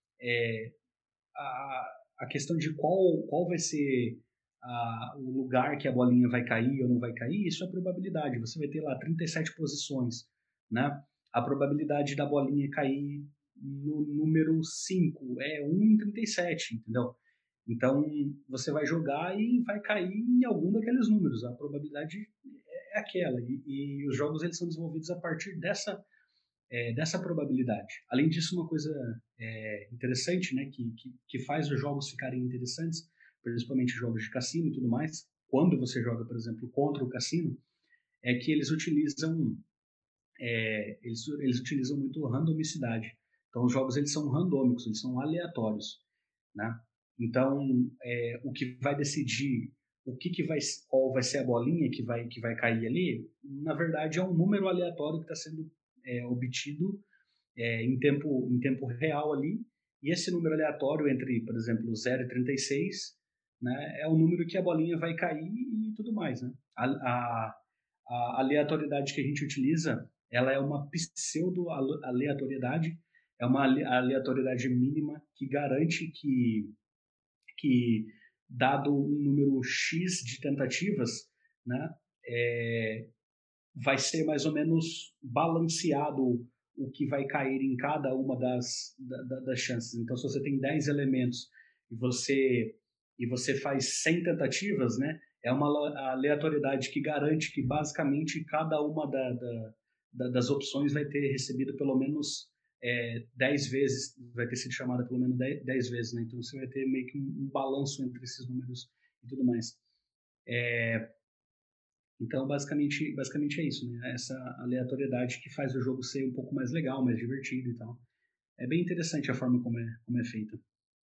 D: a questão de qual vai ser o lugar que a bolinha vai cair ou não vai cair, isso é probabilidade. Você vai ter lá 37 posições, né? A probabilidade da bolinha cair no número 5 é 1 em 37, entendeu? Então, você vai jogar e vai cair em algum daqueles números. A probabilidade é aquela. E os jogos eles são desenvolvidos a partir dessa probabilidade. Além disso, uma coisa interessante, né, que faz os jogos ficarem interessantes, principalmente jogos de cassino e tudo mais, quando você joga, por exemplo, contra o cassino, é que eles utilizam muito randomicidade. Então, os jogos eles são randômicos, eles são aleatórios, né? Então, o que vai decidir qual vai ser a bolinha que vai cair ali, na verdade, é um número aleatório que está sendo obtido em tempo real ali, e esse número aleatório entre, por exemplo, 0 e 36, né, é o número que a bolinha vai cair e tudo mais, né? A aleatoriedade que a gente utiliza, ela é uma pseudo-aleatoriedade, é uma aleatoriedade mínima que garante que dado um número X de tentativas, né, vai ser mais ou menos balanceado o que vai cair em cada uma das chances. Então, se você tem 10 elementos e você faz 100 tentativas, né, é uma aleatoriedade que garante que basicamente cada uma das opções vai ter recebido pelo menos 10 vezes, vai ter sido chamada pelo menos 10 vezes, né? Então você vai ter meio que um balanço entre esses números e tudo mais. Então basicamente é isso, né? Essa aleatoriedade que faz o jogo ser um pouco mais legal, mais divertido e tal. É bem interessante a forma como é feita.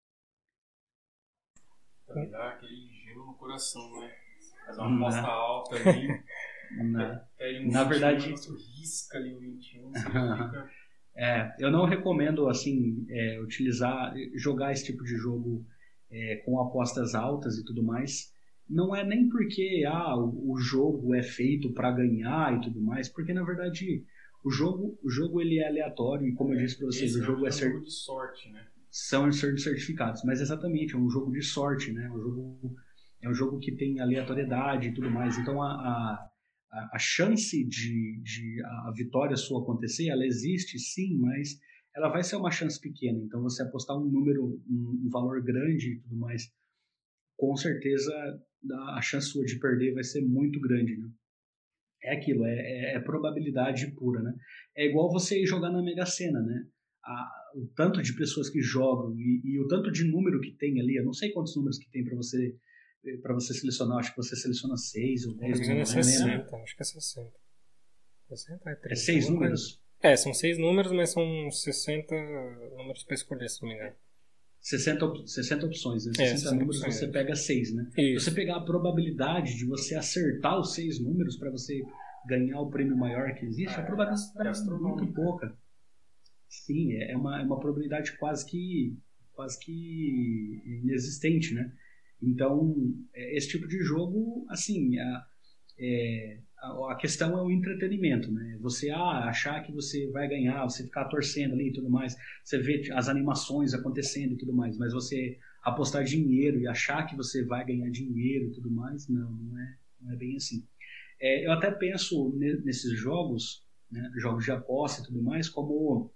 A: Pra dar aquele gelo no coração, né? Fazer uma aposta alta ali.
D: Na verdade,
A: risca ali o 21, você fica...
D: eu não recomendo assim jogar esse tipo de jogo com apostas altas e tudo mais. Não é nem porque o jogo é feito para ganhar e tudo mais, porque na verdade o jogo ele é aleatório e como eu disse para vocês, o jogo
A: é um jogo de sorte, né?
D: São certificados, mas exatamente, é um jogo de sorte, né? É um jogo que tem aleatoriedade e tudo mais. Então a chance de a vitória sua acontecer, ela existe sim, mas ela vai ser uma chance pequena. Então você apostar um valor grande e tudo mais, com certeza a chance sua de perder vai ser muito grande, né? É aquilo, é probabilidade pura, né? É igual você jogar na Mega Sena, né? O tanto de pessoas que jogam e o tanto de número que tem ali, eu não sei quantos números que tem para você selecionar, acho que você seleciona 6 ou 10 números.
B: 60, acho que é 60. 60 é 30.
D: 6 números?
B: São 6 números, mas são 60 números para escolher, se não me engano.
D: 60 opções, né? 60 números opções, você pega 6, né? Isso. Se você pegar a probabilidade de você acertar os 6 números para você ganhar o prêmio maior que existe, a probabilidade é muito pouca. Sim, é uma probabilidade quase que inexistente, né? Então, esse tipo de jogo, assim, a questão é o entretenimento, né? Você achar que você vai ganhar, você ficar torcendo ali e tudo mais, você vê as animações acontecendo e tudo mais, mas você apostar dinheiro e achar que você vai ganhar dinheiro e tudo mais, não é bem assim. Eu até penso nesses jogos, né, jogos de aposta e tudo mais, como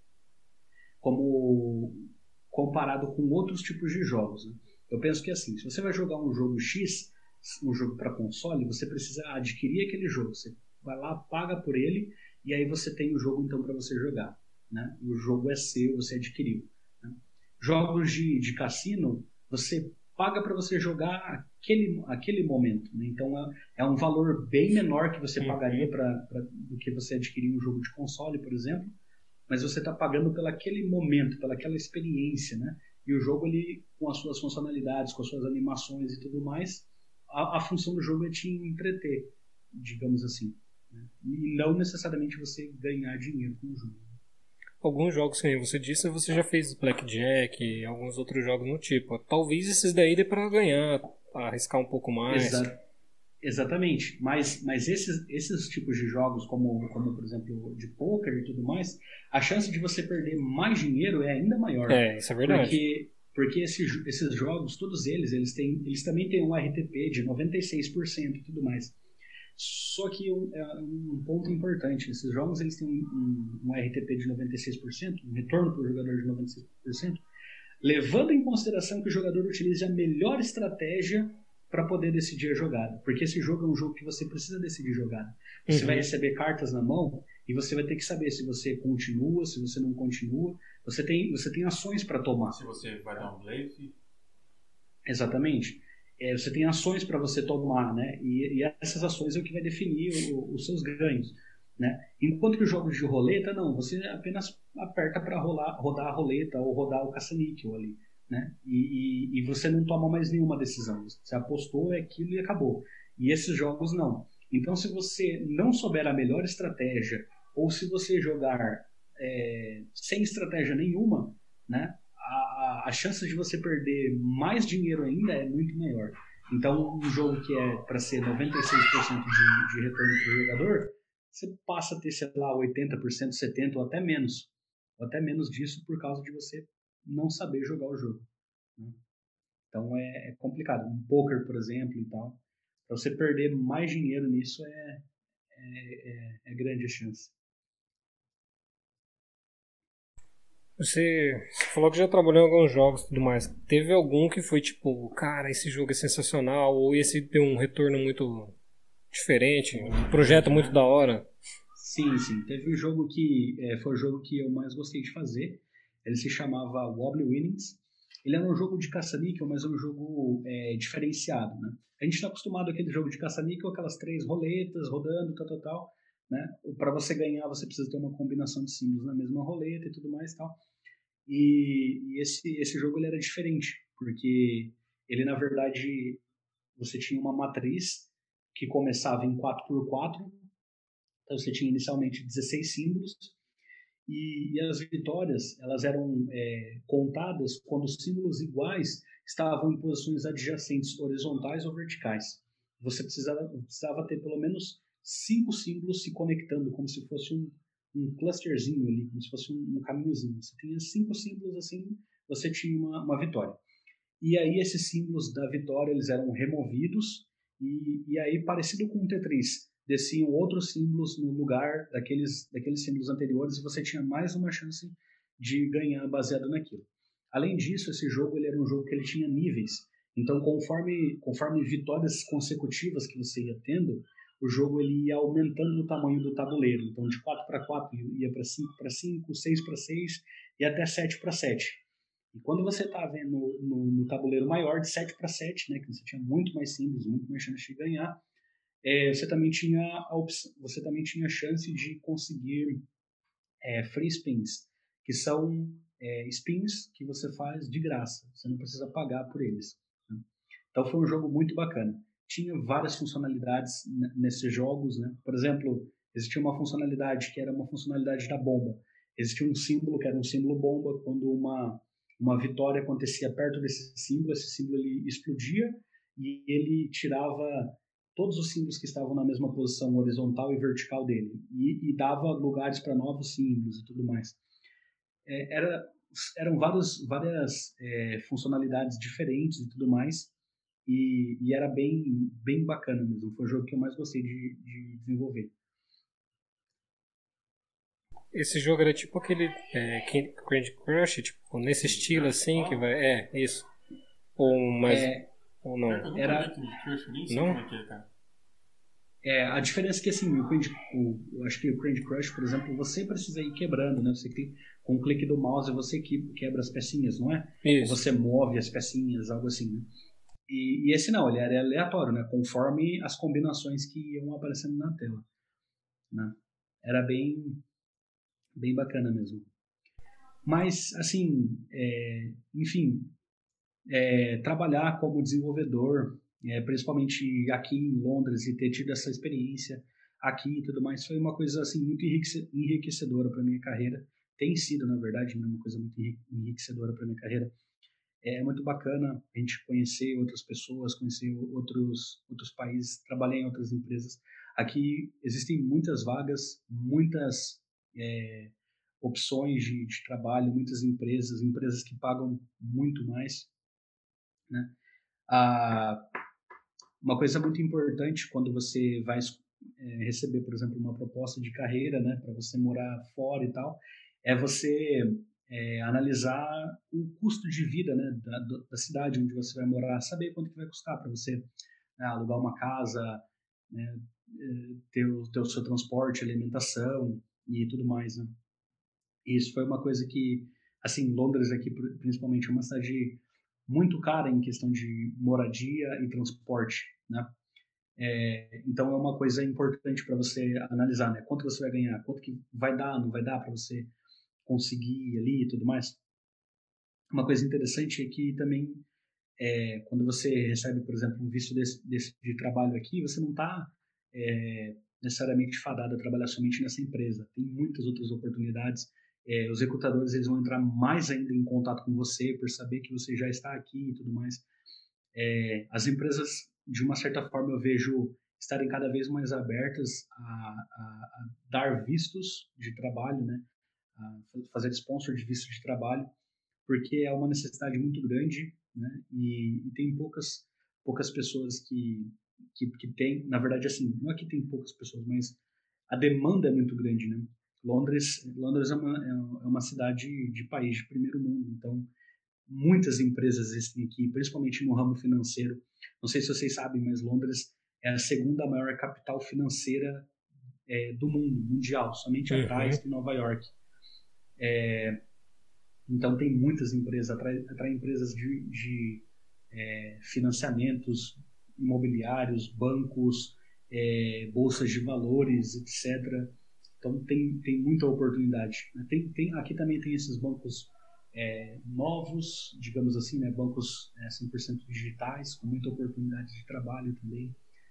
D: comparado com outros tipos de jogos, né? Eu penso que assim, se você vai jogar um jogo X, um jogo para console, você precisa adquirir aquele jogo. Você vai lá, paga por ele, e aí você tem o jogo então para você jogar, né? O jogo é seu, você adquiriu, né? Jogos de cassino, você paga para você jogar aquele momento, né? Então é um valor bem menor que você pagaria do que você adquirir um jogo de console, por exemplo, mas você está pagando pelaquele momento, pelaquela experiência, né? E o jogo, ele, com as suas funcionalidades, com as suas animações e tudo mais, a função do jogo é te entreter, digamos assim, né? E não necessariamente você ganhar dinheiro com o jogo.
B: Alguns jogos, como você disse, você já fez Blackjack e alguns outros jogos no tipo. Talvez esses daí dê para ganhar, arriscar um pouco mais.
D: Exatamente, mas esses tipos de jogos, como por exemplo de poker e tudo mais, a chance de você perder mais dinheiro é ainda maior.
B: Isso é verdade.
D: Porque esses jogos, todos eles também têm um RTP de 96% e tudo mais. Só que um ponto importante, esses jogos eles têm um RTP de 96%, um retorno para o jogador de 96%, levando em consideração que o jogador utilize a melhor estratégia para poder decidir a jogada, porque esse jogo é um jogo que você precisa decidir jogada. Você vai receber cartas na mão e você vai ter que saber se você continua, se você não continua. Você tem ações para tomar.
A: Se você vai dar um blefe.
D: Exatamente. Você tem ações para você tomar, né? E essas ações é o que vai definir os seus ganhos, né? Enquanto que os jogos de roleta, não. Você apenas aperta para rodar a roleta ou rodar o caça-níquel ali, né? E você não toma mais nenhuma decisão. Você apostou, é aquilo e acabou. E esses jogos não. Então, se você não souber a melhor estratégia, ou se você jogar sem estratégia nenhuma, né, a chance de você perder mais dinheiro ainda é muito maior. Então, um jogo que é para ser 96% de retorno para o jogador, você passa a ter, sei lá, 80%, 70% ou até menos. Ou até menos disso por causa de você não saber jogar o jogo, né? Então é complicado. Um poker, por exemplo, e tal, para você perder mais dinheiro nisso é grande a chance.
B: Você falou que já trabalhou em alguns jogos e tudo mais. Teve algum que foi tipo, cara, esse jogo é sensacional, ou esse deu um retorno muito diferente, um projeto muito da hora?
D: Sim, sim. Teve um jogo que foi o jogo que eu mais gostei de fazer. Ele se chamava Wobbly Winnings. Ele era um jogo de caça-níquel, mas é um jogo diferenciado, né? A gente está acostumado àquele jogo de caça-níquel, aquelas 3 roletas rodando, tal, tal, tal, né? Para você ganhar, você precisa ter uma combinação de símbolos na mesma roleta e tudo mais e tal. E esse jogo ele era diferente, porque ele, na verdade, você tinha uma matriz que começava em 4x4. Então você tinha inicialmente 16 símbolos e as vitórias elas eram contadas quando os símbolos iguais estavam em posições adjacentes, horizontais ou verticais. Você precisava ter pelo menos 5 símbolos se conectando, como se fosse um clusterzinho ali, como se fosse um caminhozinho. Você tinha 5 símbolos assim, você tinha uma vitória. E aí esses símbolos da vitória eles eram removidos e aí, parecido com o Tetris, desciam outros símbolos no lugar daqueles símbolos anteriores e você tinha mais uma chance de ganhar baseado naquilo. Além disso, esse jogo ele era um jogo que ele tinha níveis. Então, conforme vitórias consecutivas que você ia tendo, o jogo ele ia aumentando o tamanho do tabuleiro. Então, de 4x4 ia para 5x5, 6x6 e até 7x7. E quando você está vendo no tabuleiro maior, de 7x7, né, que você tinha muito mais símbolos, muito mais chance de ganhar, você também tinha a chance de conseguir free spins, que são spins que você faz de graça, você não precisa pagar por eles, né? Então foi um jogo muito bacana. Tinha várias funcionalidades nesses jogos, né? Por exemplo, existia uma funcionalidade que era uma funcionalidade da bomba. Existia um símbolo que era um símbolo bomba. Quando uma vitória acontecia perto desse símbolo, esse símbolo ele explodia e ele tirava todos os símbolos que estavam na mesma posição horizontal e vertical dele e dava lugares para novos símbolos e tudo mais. Eram várias funcionalidades diferentes e tudo mais e era bem bacana mesmo. Foi o jogo que eu mais gostei de desenvolver.
B: Esse jogo era tipo aquele Candy Crush, tipo, nesse estilo assim que vai. É, isso. Ou mais. Ou não?
A: Era... Não? Como é que é, cara?
D: A diferença é que assim, eu acho que o Candy Crush, por exemplo, você precisa ir quebrando, né? Com o clique do mouse você quebra as pecinhas, não é?
B: Isso.
D: Ou você move as pecinhas, algo assim, né? E esse não, ele era aleatório, né? Conforme as combinações que iam aparecendo na tela, né? Era bem bacana mesmo. Mas, assim, enfim, trabalhar como desenvolvedor, principalmente aqui em Londres, e ter tido essa experiência aqui e tudo mais, foi uma coisa assim muito enriquecedora para minha carreira. Tem sido, na verdade, né, uma coisa muito enriquecedora para minha carreira. É muito bacana a gente conhecer outras pessoas, conhecer outros países, trabalhar em outras empresas. Aqui existem muitas vagas, muitas opções de trabalho, muitas empresas que pagam muito mais, né? Uma coisa muito importante quando você vai receber, por exemplo, uma proposta de carreira, né, para você morar fora e tal, é você analisar o custo de vida, né, da cidade onde você vai morar, saber quanto que vai custar para você, né, alugar uma casa, né, ter o seu transporte, alimentação e tudo mais, né? Isso foi uma coisa que, assim, Londres aqui principalmente é uma cidade muito cara em questão de moradia e transporte, né? Então é uma coisa importante para você analisar, né? Quanto você vai ganhar, quanto que vai dar, não vai dar para você conseguir ali e tudo mais. Uma coisa interessante é que também quando você recebe, por exemplo, um visto desse de trabalho aqui, você não está necessariamente fadado a trabalhar somente nessa empresa. Tem muitas outras oportunidades. Os recrutadores eles vão entrar mais ainda em contato com você por saber que você já está aqui e tudo mais. As empresas, de uma certa forma, eu vejo estarem cada vez mais abertas a dar vistos de trabalho, né? A fazer sponsor de visto de trabalho, porque é uma necessidade muito grande, né? E tem poucas pessoas que têm, na verdade, assim, não é que tem poucas pessoas, mas a demanda é muito grande, né? Londres é uma cidade de país de primeiro mundo, então muitas empresas existem aqui, principalmente no ramo financeiro. Não sei se vocês sabem, mas Londres é a segunda maior capital financeira do mundo, mundial, somente atrás de Nova York. Então tem muitas empresas, atrai empresas de financiamentos imobiliários, bancos, bolsas de valores, etc. Então tem muita oportunidade. Aqui também tem esses bancos novos, digamos assim, né, bancos 100% digitais, com muita oportunidade de trabalho também.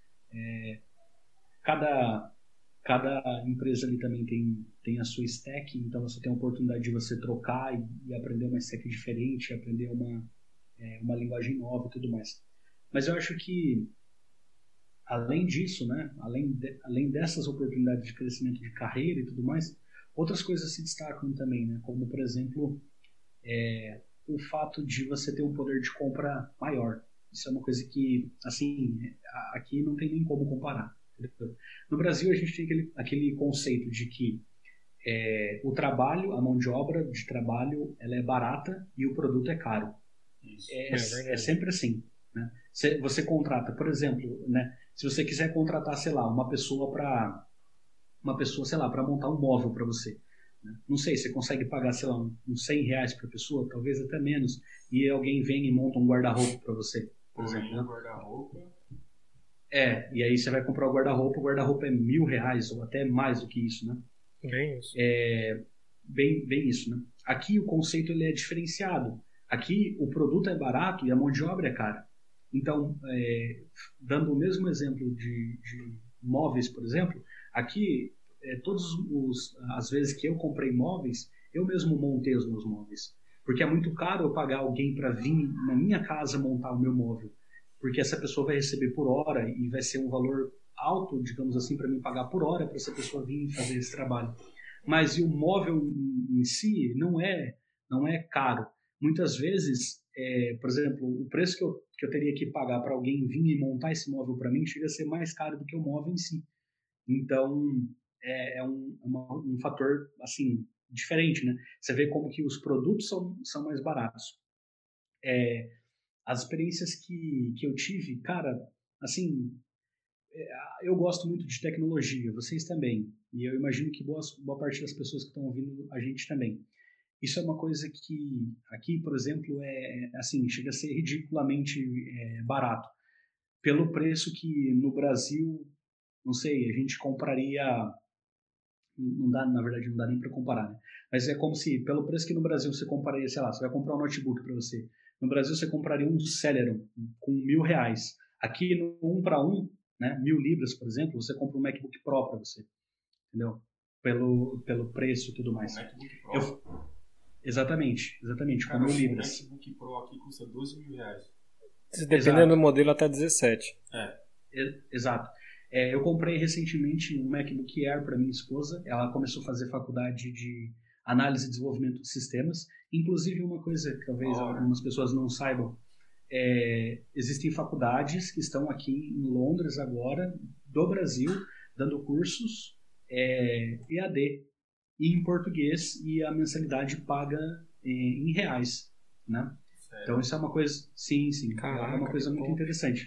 D: Cada empresa ali também tem a sua stack, então você tem a oportunidade de você trocar e aprender uma stack diferente, aprender uma linguagem nova e tudo mais. Mas eu acho que, além disso, né, além dessas oportunidades de crescimento de carreira e tudo mais, outras coisas se destacam também, né, como, por exemplo, o fato de você ter um poder de compra maior. Isso é uma coisa que, assim, aqui não tem nem como comparar. No Brasil, a gente tem aquele conceito de que o trabalho, a mão de obra de trabalho, ela é barata e o produto é caro. É sempre assim, né? Você contrata, por exemplo, né, se você quiser contratar, sei lá, uma pessoa, sei lá, para montar um móvel para você, né? Não sei, você consegue pagar, sei lá, uns R$100 para pessoa, talvez até menos, e alguém vem e monta um guarda-roupa para você, por exemplo, né?
A: Guarda-roupa.
D: E aí você vai comprar o guarda-roupa é R$1.000 ou até mais do que isso, né?
B: Bem isso.
D: Bem isso, né? Aqui o conceito ele é diferenciado. Aqui o produto é barato e a mão de obra é cara. Então, dando o mesmo exemplo de móveis, por exemplo, aqui as vezes que eu comprei móveis, eu mesmo montei os meus móveis. Porque é muito caro eu pagar alguém para vir na minha casa montar o meu móvel. Porque essa pessoa vai receber por hora e vai ser um valor alto, digamos assim, para mim pagar por hora para essa pessoa vir fazer esse trabalho. Mas o móvel em si não é caro. Muitas vezes, por exemplo, o preço que eu teria que pagar para alguém vir e montar esse móvel para mim chega a ser mais caro do que o móvel em si. Então, é um fator assim diferente, né? Você vê como que os produtos são mais baratos. As experiências que eu tive, cara, assim, eu gosto muito de tecnologia, vocês também. E eu imagino que boa parte das pessoas que estão ouvindo a gente também. Isso é uma coisa que aqui, por exemplo, assim, chega a ser ridiculamente barato. Pelo preço que no Brasil, não sei, a gente compraria. Na verdade, não dá nem para comparar, né? Mas é como se, pelo preço que no Brasil você compraria, sei lá, você vai comprar um notebook para você. No Brasil você compraria um Celeron com R$1.000. Aqui no 1 para 1, né, 1.000 libras, por exemplo, você compra um MacBook Pro para você. Entendeu? Pelo preço e tudo mais.
A: Um MacBook Pro?
D: Exatamente,
A: Cara,
D: com 1.000 libras.
A: O MacBook Pro aqui custa R$12.000.
B: Dependendo do modelo, até 17.
D: Exato. Eu comprei recentemente um MacBook Air para minha esposa. Ela começou a fazer faculdade de análise e desenvolvimento de sistemas. Inclusive, uma coisa que talvez algumas pessoas não saibam, existem faculdades que estão aqui em Londres agora, do Brasil, dando cursos EAD e em português, e a mensalidade paga em reais, né? Então isso é uma coisa, sim,
B: Caraca,
D: é uma coisa muito interessante.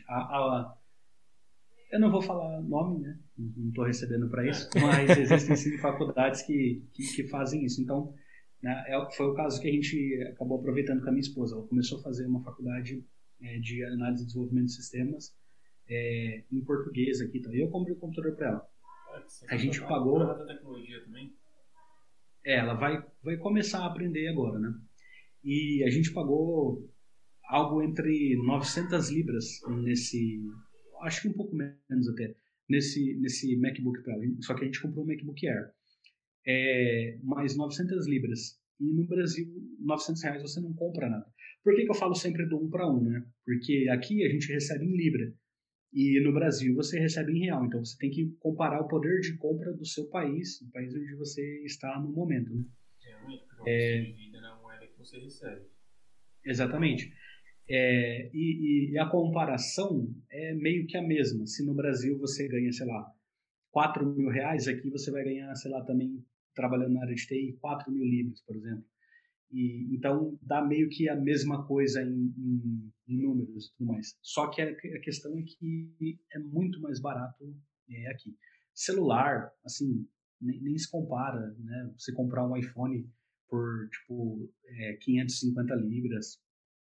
D: Eu não vou falar nome, né? Não estou recebendo para isso, mas existem sim faculdades que fazem isso. Então, né, foi o caso que a gente acabou aproveitando com a minha esposa. Ela começou a fazer uma faculdade de análise e desenvolvimento de sistemas em português aqui. Então, eu comprei o computador para ela. A gente pagou.
A: Da tecnologia também?
D: Ela vai começar a aprender agora, né? E a gente pagou algo entre 900 libras acho que um pouco menos até, nesse MacBook Pro. Só que a gente comprou um MacBook Air. Mais 900 libras. E no Brasil, R$900 você não compra nada. Por que eu falo sempre do 1 para 1, né? Porque aqui a gente recebe em libra. E no Brasil você recebe em real. Então você tem que comparar o poder de compra do seu país, o país onde você está no momento, né?
A: Realmente, porque você divide na moeda que você recebe.
D: Exatamente. E a comparação é meio que a mesma. Se no Brasil você ganha, sei lá, R$4.000, aqui você vai ganhar, sei lá, também trabalhando na área de TI, 4.000 libras, por exemplo. E então dá meio que a mesma coisa em números e tudo mais. Só que a questão é que é muito mais barato aqui. celular, assim, nem se compara, né? Você comprar um iPhone por, tipo, 550 libras,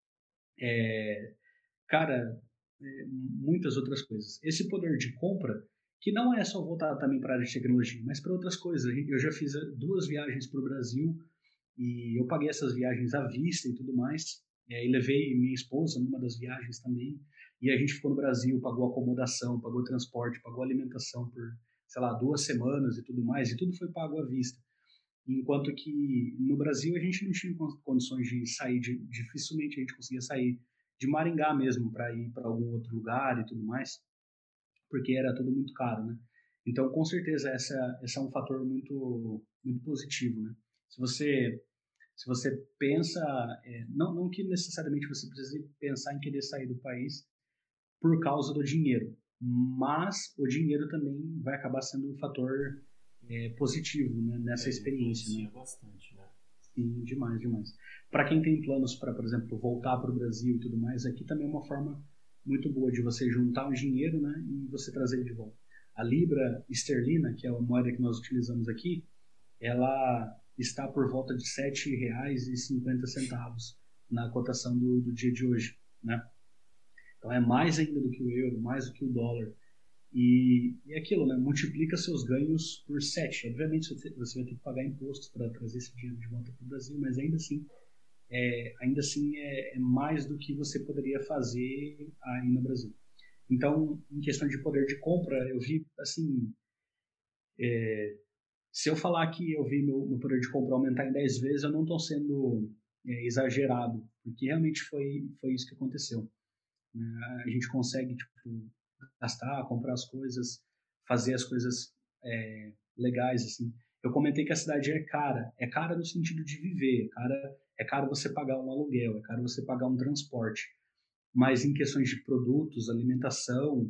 D: cara, muitas outras coisas. Esse poder de compra, que não é só voltado também para a área de tecnologia, mas para outras coisas. Eu já fiz 2 viagens para o Brasil e eu paguei essas viagens à vista e tudo mais. E levei minha esposa numa das viagens também. E a gente ficou no Brasil, pagou acomodação, pagou transporte, pagou alimentação por, sei lá, 2 semanas e tudo mais. E tudo foi pago à vista. Enquanto que no Brasil a gente não tinha condições de sair, dificilmente a gente conseguia sair de Maringá mesmo para ir para algum outro lugar e tudo mais, porque era tudo muito caro, né? Então, com certeza, essa é um fator muito positivo, né? Se você pensa, não que necessariamente você precise pensar em querer sair do país por causa do dinheiro, mas o dinheiro também vai acabar sendo um fator positivo, né, nessa experiência, né?
A: Bastante, né?
D: Sim, demais, demais. Para quem tem planos para, por exemplo, voltar para o Brasil e tudo mais, aqui também é uma forma muito boa de você juntar o dinheiro, né, e você trazer ele de volta. A libra esterlina, que é a moeda que nós utilizamos aqui, ela está por volta de R$ 7,50 na cotação do dia de hoje, né? Então é mais ainda do que o euro, mais do que o dólar. E aquilo, né? Multiplica seus ganhos por 7. Obviamente você vai ter que pagar impostos para trazer esse dinheiro de volta para o Brasil, mas ainda assim é mais do que você poderia fazer aí no Brasil. Então, em questão de poder de compra, eu vi, assim, se eu falar que eu vi meu poder de compra aumentar em 10 vezes, eu não estou sendo exagerado, porque realmente foi isso que aconteceu. A gente consegue, tipo, gastar, comprar as coisas, fazer as coisas legais, assim. Eu comentei que a cidade é cara no sentido de viver, é caro você pagar um aluguel, é caro você pagar um transporte, mas em questões de produtos, alimentação,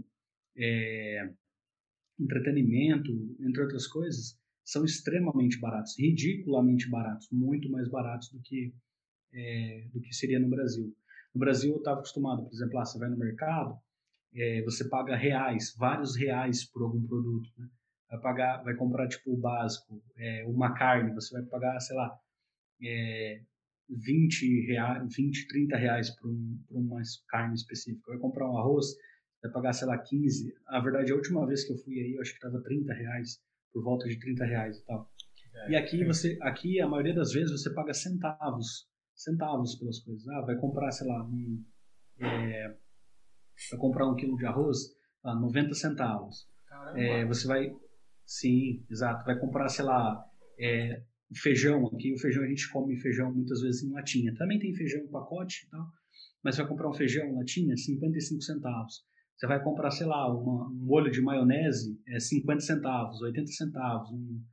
D: entretenimento, entre outras coisas, são extremamente baratos, ridiculamente baratos, muito mais baratos do que seria no Brasil. No Brasil eu estava acostumado, por exemplo, você vai no mercado, você paga reais, vários reais por algum produto, né? Vai comprar tipo o básico, uma carne, você vai pagar, sei lá, 20 reais, 20, 30 reais por uma carne específica. Vai comprar um arroz, vai pagar, sei lá, 15. Na verdade, a última vez que eu fui aí, eu acho que estava 30 reais, por volta de 30 reais e tal. E aqui, a maioria das vezes, você paga centavos pelas coisas. Vai comprar, sei lá, vai comprar 1 quilo de arroz, 90 centavos. Você vai, sim, exato, vai comprar, sei lá, o feijão. Aqui o feijão, a gente come feijão muitas vezes em latinha. Também tem feijão em pacote e tal, mas vai comprar um feijão em latinha, 55 centavos. Você vai comprar, sei lá, um molho de maionese, 50 centavos, 80 centavos.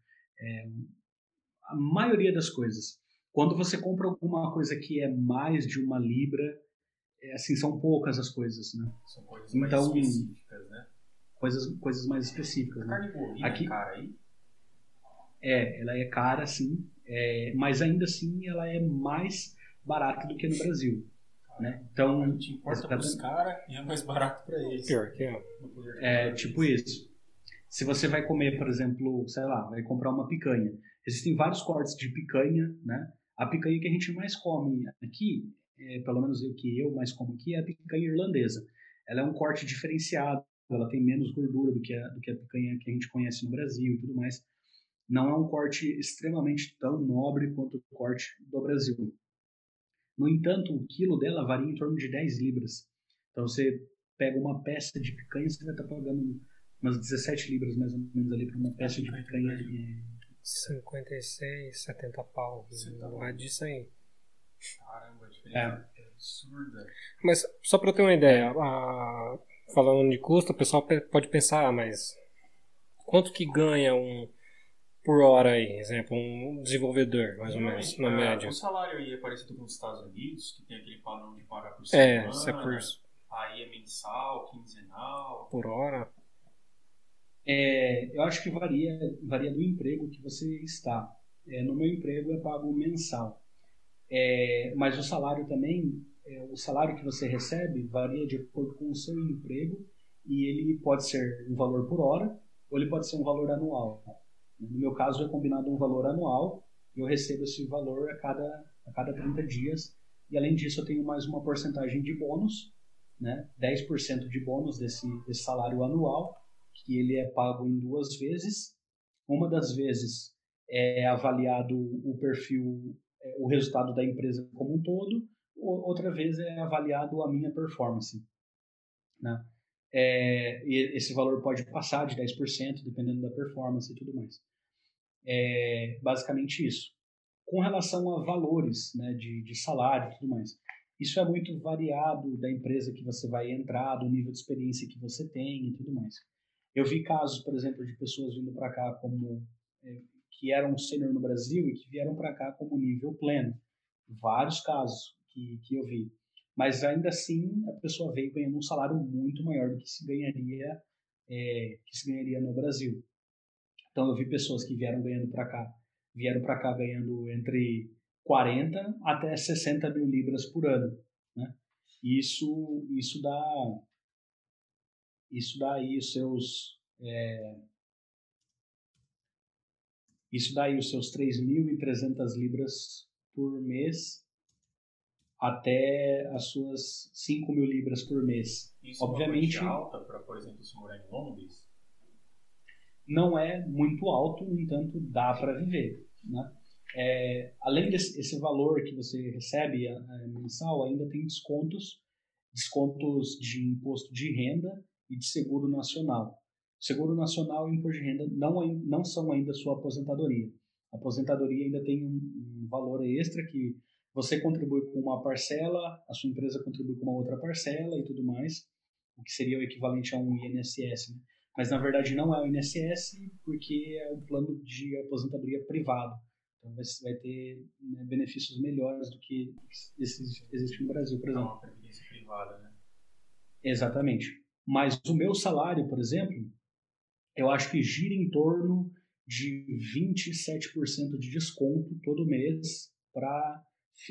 D: A maioria das coisas. Quando você compra alguma coisa que é mais de 1 libra, assim, são poucas as coisas, né?
A: São coisas mais específicas, né?
D: Coisas mais específicas, né?
A: A carne bovina é cara aí?
D: Ela é cara, sim, mas ainda assim ela é mais barata do que no Brasil, né? Então,
A: a gente importa para os caras e é mais barato para eles.
B: Pior que é.
D: Tipo isso. Se você vai comer, por exemplo, sei lá, vai comprar uma picanha. Existem vários cortes de picanha, né? A picanha que a gente mais come aqui, pelo menos o que eu mais como aqui, é a picanha irlandesa. Ela é um corte diferenciado, ela tem menos gordura do que a picanha que a gente conhece no Brasil e tudo mais. Não é um corte extremamente tão nobre quanto o corte do Brasil. No entanto, o quilo dela varia em torno de 10 libras. Então, você pega uma peça de picanha, você vai estar pagando umas 17 libras mais ou menos ali para uma peça de picanha.
B: 56, 70 pau. Não é disso aí.
A: Caramba, a diferença é absurda.
B: Mas só para eu ter uma ideia, falando de custo, o pessoal pode pensar, mas quanto que ganha por hora aí, exemplo, um desenvolvedor, mais ou menos, na média?
A: O salário aí é parecido com os Estados Unidos, que tem aquele padrão de pagar por semana, aí é mensal, quinzenal.
B: Por hora?
D: Eu acho que varia do emprego que você está. No meu emprego é pago mensal. Mas o salário também, o salário que você recebe varia de acordo com o seu emprego, e ele pode ser um valor por hora, ou ele pode ser um valor anual. No meu caso, é combinado um valor anual e eu recebo esse valor a cada 30 dias. E, além disso, eu tenho mais uma porcentagem de bônus, né? 10% de bônus desse salário anual, que ele é pago em 2 vezes. Uma das vezes é avaliado o perfil, o resultado da empresa como um todo, outra vez é avaliado a minha performance, né? E esse valor pode passar de 10%, dependendo da performance e tudo mais. Basicamente isso. Com relação a valores, né, de salário e tudo mais, isso é muito variado da empresa que você vai entrar, do nível de experiência que você tem e tudo mais. Eu vi casos, por exemplo, de pessoas vindo para cá como que eram sênior no Brasil e que vieram para cá como nível pleno. Vários casos que eu vi. Mas ainda assim, a pessoa veio ganhando um salário muito maior do que se ganharia no Brasil. Então eu vi pessoas que vieram para cá ganhando entre 40 até 60 mil libras por ano, né? Isso dá aí os seus 3.300 libras por mês até as suas 5.000 libras por mês.
A: Isso
D: Obviamente,
A: é uma quantia alta para, por exemplo, se morar em Londres?
D: Não é muito alto, no entanto, dá para viver, né? Além desse valor que você recebe mensal, ainda tem descontos de imposto de renda e de seguro nacional. Seguro nacional e imposto de renda não são ainda sua aposentadoria. A aposentadoria ainda tem um valor extra que você contribui com uma parcela, a sua empresa contribui com uma outra parcela e tudo mais, o que seria o equivalente a um INSS, né? Mas na verdade não é o INSS porque é um plano de aposentadoria privado. Então vai ter, né, benefícios melhores do que existe no Brasil, por exemplo.
A: É uma previdência privada, né?
D: Exatamente. Mas o meu salário, por exemplo, eu acho que gira em torno de 27% de desconto todo mês para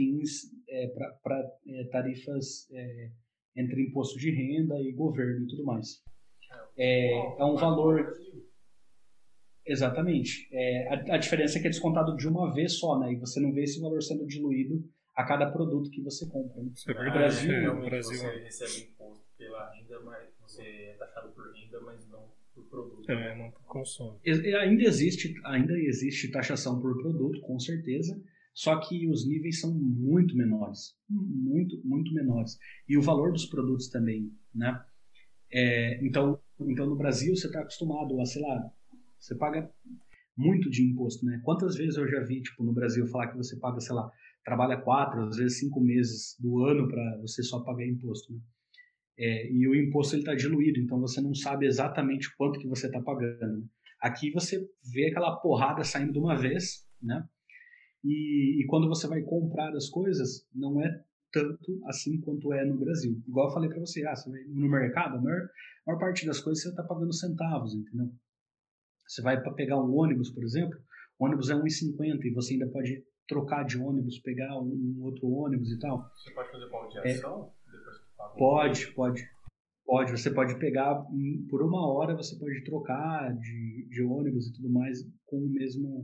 D: tarifas entre imposto de renda e governo e tudo mais. É um valor... Exatamente. A diferença é que é descontado de uma vez só, né? E você não vê esse valor sendo diluído a cada produto que você compra, né?
B: Isso é
D: No
B: verdade.
A: Brasil, você recebe imposto pela renda, mas você é taxado por renda, mas não por produto.
B: Não por consumo.
D: Ainda existe taxação por produto, com certeza, só que os níveis são muito menores. Muito, muito menores. E o valor dos produtos também, né? Então, no Brasil, você está acostumado a, sei lá, você paga muito de imposto, né? Quantas vezes eu já vi, tipo, no Brasil, falar que você paga, sei lá, trabalha 4, às vezes 5 meses do ano para você só pagar imposto, né? E o imposto ele está diluído, então você não sabe exatamente quanto que você está pagando, né? Aqui você vê aquela porrada saindo de uma vez, né? E quando você vai comprar as coisas, não é tanto assim quanto é no Brasil. Igual eu falei para você, você vai no mercado, a maior parte das coisas você está pagando centavos, entendeu? Você vai para pegar um ônibus, por exemplo, o ônibus é 1,50 e você ainda pode trocar de ônibus, pegar um outro ônibus e tal.
A: Você pode fazer baldeação depois que paga?
D: Pode. Você pode pegar, por 1 hora, você pode trocar de ônibus e tudo mais com o mesmo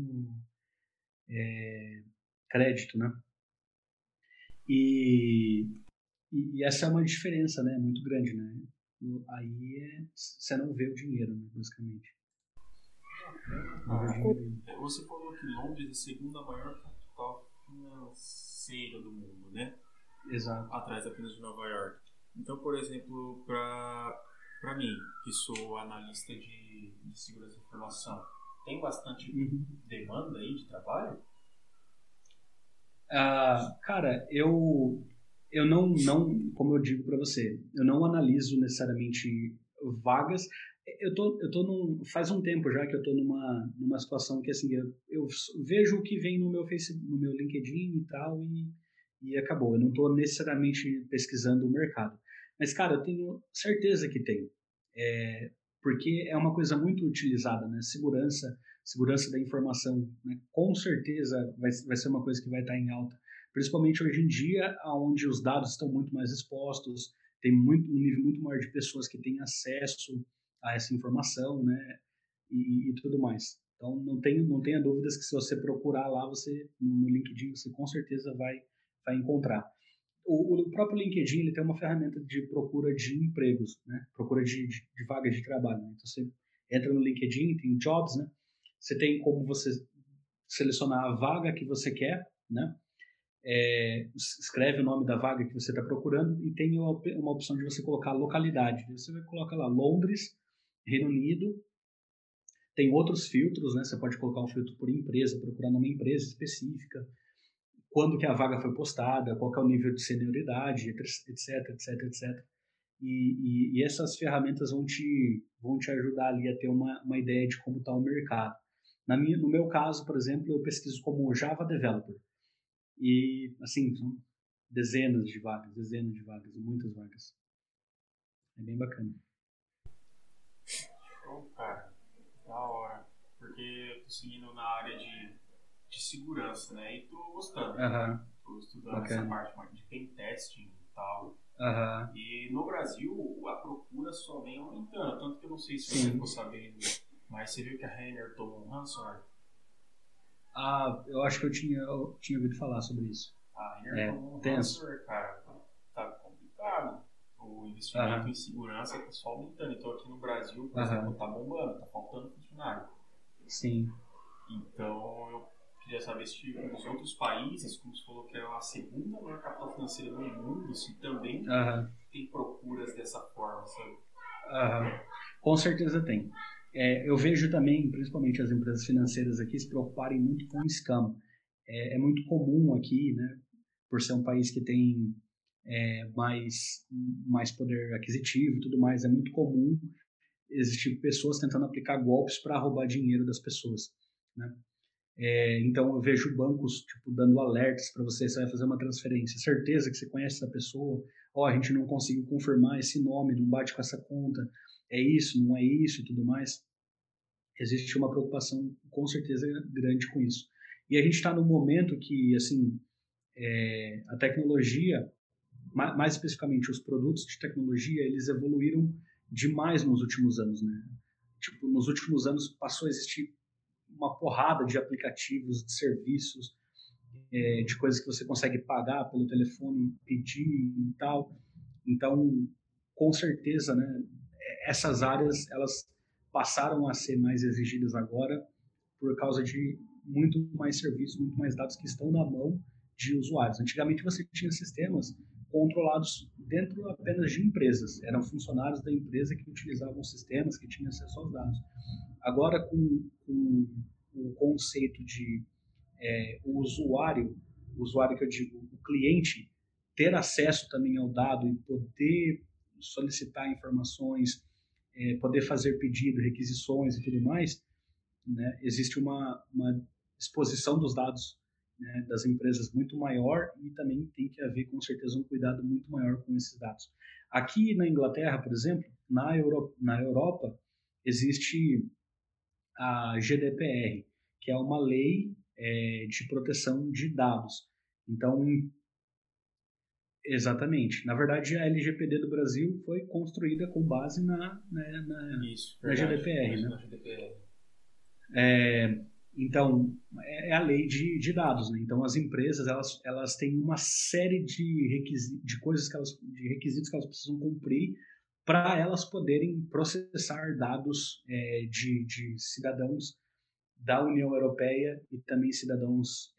D: crédito, né? E essa é uma diferença, né, muito grande, né? Aí você não vê o dinheiro, né, basicamente.
A: Você falou que Londres é a segunda maior capital financeira do mundo, né?
D: Exato.
A: Atrás apenas de Nova York. Então, por exemplo, para mim, que sou analista de segurança de informação, tem bastante demanda aí de trabalho?
D: Cara, eu não, como eu digo para você, eu não analiso necessariamente vagas. Faz um tempo já que eu tô numa situação que, assim, eu vejo o que vem no meu Facebook, no meu LinkedIn e tal, e acabou. Eu não tô necessariamente pesquisando o mercado. Mas, cara, eu tenho certeza que tem. Porque é uma coisa muito utilizada, né? Segurança da informação, né? Com certeza vai ser uma coisa que vai estar em alta. Principalmente hoje em dia, onde os dados estão muito mais expostos, tem um nível muito maior de pessoas que têm acesso a essa informação, né, e tudo mais. Então, não tenha dúvidas que se você procurar lá, você no LinkedIn, você com certeza vai encontrar. O próprio LinkedIn ele tem uma ferramenta de procura de empregos, né? Procura de vagas de trabalho. Né? Então, você entra no LinkedIn, tem jobs, né? Você tem como você selecionar a vaga que você quer, né? Escreve o nome da vaga que você está procurando e tem uma opção de você colocar a localidade. Você vai colocar lá Londres, Reino Unido. Tem outros filtros, né? Você pode colocar um filtro por empresa, procurar numa empresa específica, quando que a vaga foi postada, qual que é o nível de senioridade, etc, etc, etc. E essas ferramentas vão te ajudar ali a ter uma ideia de como está o mercado. No meu caso, por exemplo, eu pesquiso como Java Developer. E, assim, são dezenas de vagas, muitas vagas. É bem bacana.
A: Show, cara. Da hora. Porque eu tô seguindo na área de segurança, né? E tô gostando. Tô estudando
D: Bacana.
A: essa parte de pen testing e tal.
D: Aham.
A: E no Brasil, a procura só vem aumentando. Tanto que eu não sei se
D: Sim.
A: você ficou sabendo, mas você viu que a Renner tomou um ransomware?
D: Eu acho que eu tinha ouvido falar sobre isso.
A: A Renner tomou um ransomware, cara. Tá complicado. O investimento em segurança tá só aumentando. Então aqui no Brasil, por exemplo, tá bombando, tá faltando funcionário.
D: Sim.
A: Então eu queria saber se nos outros países, como você falou que é a segunda maior capital financeira do mundo, se também tem procuras dessa forma, sabe?
D: Com certeza tem. Eu vejo também, principalmente as empresas financeiras aqui, se preocuparem muito com o scam. É muito comum aqui, né, por ser um país que tem mais poder aquisitivo e tudo mais, é muito comum existir pessoas tentando aplicar golpes para roubar dinheiro das pessoas, né? Então eu vejo bancos tipo, dando alertas para você vai fazer uma transferência, certeza que você conhece essa pessoa, a gente não conseguiu confirmar esse nome, não bate com essa conta, é isso, não é isso e tudo mais. Existe uma preocupação com certeza grande com isso. E a gente está num momento que, assim, a tecnologia, mais especificamente os produtos de tecnologia, eles evoluíram demais nos últimos anos, né? Tipo, nos últimos anos passou a existir uma porrada de aplicativos, de serviços, de coisas que você consegue pagar pelo telefone, pedir e tal. Então, com certeza, né, essas áreas elas passaram a ser mais exigidas agora por causa de muito mais serviços, muito mais dados que estão na mão de usuários. Antigamente você tinha sistemas controlados dentro apenas de empresas. Eram funcionários da empresa que utilizavam sistemas, que tinham acesso aos dados. Agora, com o conceito de o usuário que eu digo, o cliente, ter acesso também ao dado e poder solicitar informações, poder fazer pedido, requisições e tudo mais, né, existe uma exposição dos dados, né, das empresas muito maior e também tem que haver, com certeza, um cuidado muito maior com esses dados. Aqui na Inglaterra, por exemplo, na Europa existe a GDPR, que é uma lei de proteção de dados. Então, exatamente. Na verdade, a LGPD do Brasil foi construída com base na GDPR. Né?
A: Na GDPR.
D: Então, é a lei de dados. Né? Então, as empresas elas têm uma série de requisitos que elas precisam cumprir para elas poderem processar dados de cidadãos da União Europeia e também cidadãos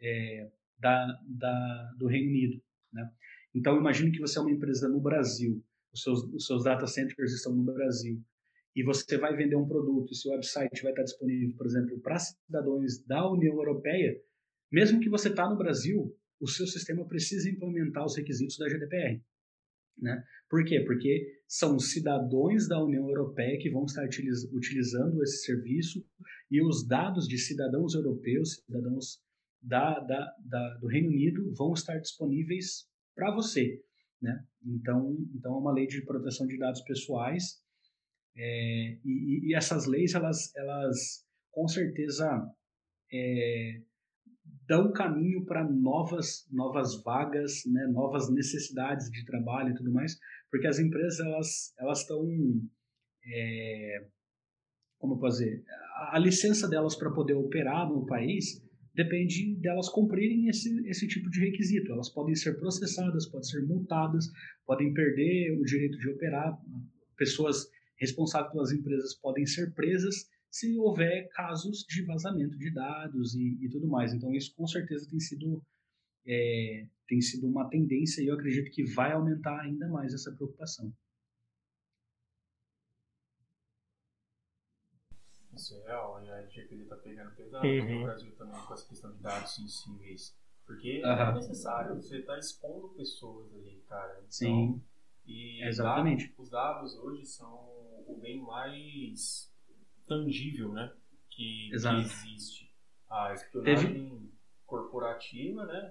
D: do Reino Unido. Né? Então, imagine que você é uma empresa no Brasil, os seus data centers estão no Brasil, e você vai vender um produto, e seu website vai estar disponível, por exemplo, para cidadãos da União Europeia, mesmo que você está no Brasil, o seu sistema precisa implementar os requisitos da GDPR. Né? Por quê? Porque são cidadãos da União Europeia que vão estar utilizando esse serviço e os dados de cidadãos europeus, cidadãos do Reino Unido, vão estar disponíveis para você. Né? Então, é uma lei de proteção de dados pessoais e essas leis, elas com certeza dão caminho para novas vagas, né, novas necessidades de trabalho e tudo mais, porque as empresas elas estão como eu posso dizer, a licença delas para poder operar no país depende delas cumprirem esse tipo de requisito. Elas podem ser processadas, podem ser multadas, podem perder o direito de operar. Pessoas responsáveis pelas empresas podem ser presas se houver casos de vazamento de dados e tudo mais. Então, isso com certeza tem sido uma tendência e eu acredito que vai aumentar ainda mais essa preocupação.
A: Isso é real, e a LGPD tá pegando pesado no Brasil também com essa questão de dados sensíveis. Porque é necessário, você tá expondo pessoas ali, cara. Então,
D: sim,
A: e
D: exatamente.
A: Os dados hoje são o bem mais tangível, né? Que existe. A espionagem corporativa, né?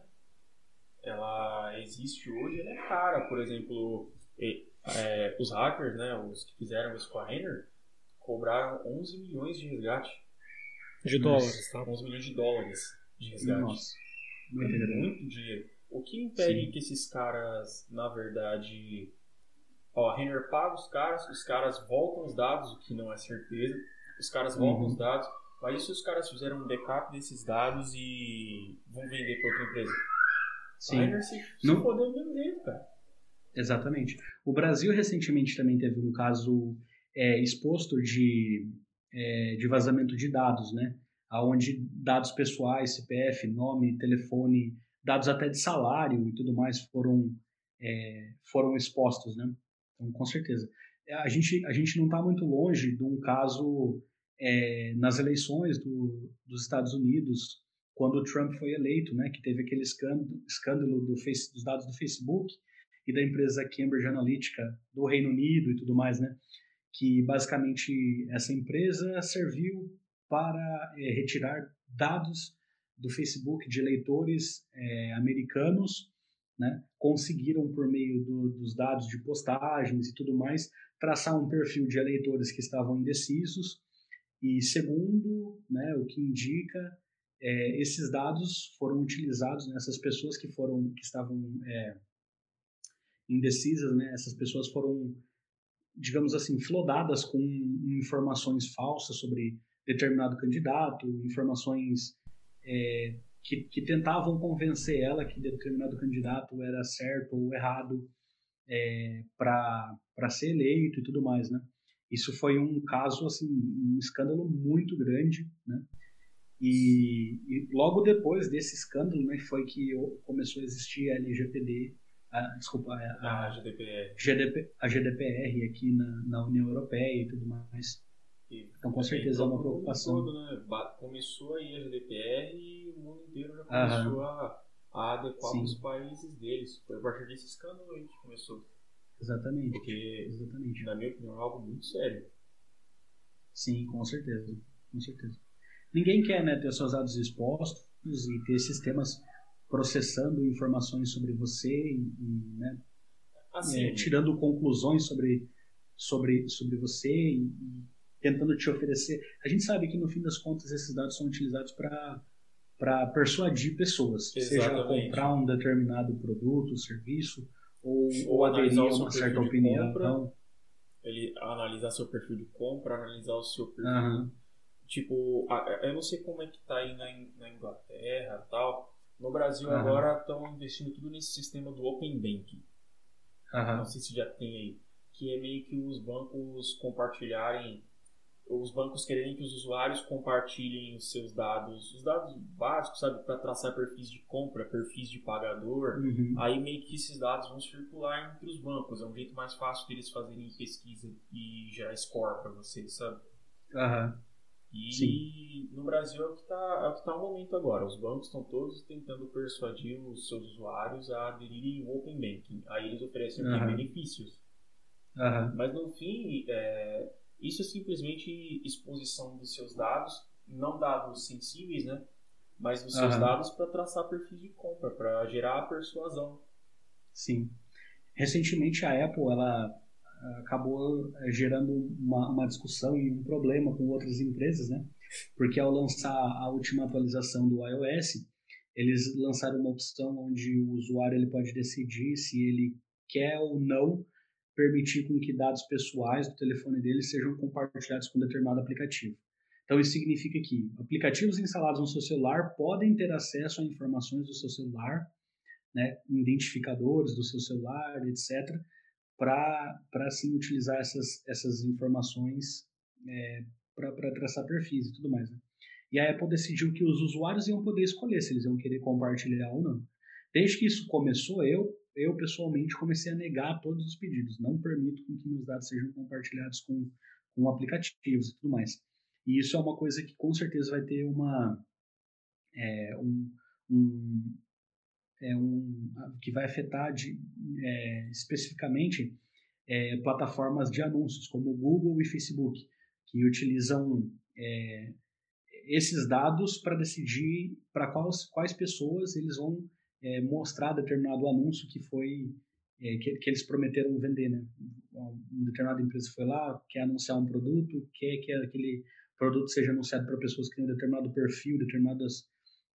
A: Ela existe hoje, ela é cara. Por exemplo, os hackers, né? Os que fizeram isso com a Renner, cobraram 11 milhões de resgate.
B: De dólares, tá?
A: 11 milhões de dólares de resgate.
D: Nossa, muito
A: dinheiro. O que impede que esses caras, na verdade... a Renner paga os caras voltam os dados, o que não é certeza. Os caras voltam os dados, mas e se os caras fizeram um backup desses dados e vão vender para outra empresa?
D: Sim.
A: A Renner se fodeu do mesmo jeito, cara.
D: Exatamente. O Brasil recentemente também teve um caso exposto de vazamento de dados, né? Onde dados pessoais, CPF, nome, telefone, dados até de salário e tudo mais foram expostos, né? Então, com certeza. A gente não está muito longe de um caso nas eleições dos Estados Unidos, quando o Trump foi eleito, né? Que teve aquele escândalo dos dados do Facebook e da empresa Cambridge Analytica do Reino Unido e tudo mais, né? Que basicamente essa empresa serviu para retirar dados do Facebook de eleitores americanos, né? Conseguiram, por meio dos dados de postagens e tudo mais, traçar um perfil de eleitores que estavam indecisos e, segundo, né, o que indica, esses dados foram utilizados nessas pessoas que estavam indecisas, né? Essas pessoas foram, digamos assim, flodadas com informações falsas sobre determinado candidato, informações que tentavam convencer ela que determinado candidato era certo ou errado para ser eleito e tudo mais, né? Isso foi um caso, assim, um escândalo muito grande, né? E logo depois desse escândalo, né, foi que começou a existir a LGPD, a GDPR aqui na União Europeia e tudo mais. Então, com certeza é uma preocupação.
A: Todo, né? Começou aí a GDPR e o mundo inteiro já começou a adequar para os países deles. Foi a partir desse escândalo aí que começou.
D: Exatamente.
A: Porque, na minha opinião, é algo muito sério.
D: Sim, com certeza. Com certeza. Ninguém quer, né, ter seus dados expostos e ter sistemas processando informações sobre você e né, tirando conclusões sobre você e tentando te oferecer. A gente sabe que, no fim das contas, esses dados são utilizados para persuadir pessoas, seja comprar um determinado produto, serviço, ou aderir a uma certa opinião.
A: Ele analisar seu perfil de compra, analisar o seu perfil. Tipo, eu não sei como é que tá aí na Inglaterra e tal. No Brasil agora estão investindo tudo nesse sistema do Open Banking. Não sei se já tem aí. Que é meio que os bancos compartilharem, os bancos querem que os usuários compartilhem os seus dados, os dados básicos, sabe, para traçar perfis de compra, perfis de pagador. Aí meio que esses dados vão circular entre os bancos. É um jeito mais fácil deles fazerem pesquisa e gerar score para vocês, sabe? E sim, no Brasil é o que tá o momento agora. Os bancos estão todos tentando persuadir os seus usuários a aderirem ao Open Banking. Aí eles oferecem benefícios. Mas no fim, isso é simplesmente exposição dos seus dados, não dados sensíveis, né? Mas dos seus dados para traçar perfis de compra, para gerar a persuasão.
D: Sim. Recentemente a Apple, ela acabou gerando uma discussão e um problema com outras empresas, né? Porque ao lançar a última atualização do iOS, eles lançaram uma opção onde o usuário ele pode decidir se ele quer ou não permitir com que dados pessoais do telefone deles sejam compartilhados com determinado aplicativo. Então, isso significa que aplicativos instalados no seu celular podem ter acesso a informações do seu celular, né, identificadores do seu celular, etc., para assim utilizar essas informações para traçar perfis e tudo mais. Né? E a Apple decidiu que os usuários iam poder escolher se eles iam querer compartilhar ou não. Desde que isso começou, eu pessoalmente comecei a negar todos os pedidos. Não permito que meus dados sejam compartilhados com aplicativos e tudo mais. E isso é uma coisa que com certeza vai ter que vai afetar especificamente plataformas de anúncios como Google e Facebook, que utilizam esses dados para decidir para quais pessoas eles vão mostrar determinado anúncio que foi que eles prometeram vender, né? Uma determinada empresa foi lá, quer anunciar um produto, quer que aquele produto seja anunciado para pessoas que têm um determinado perfil, determinadas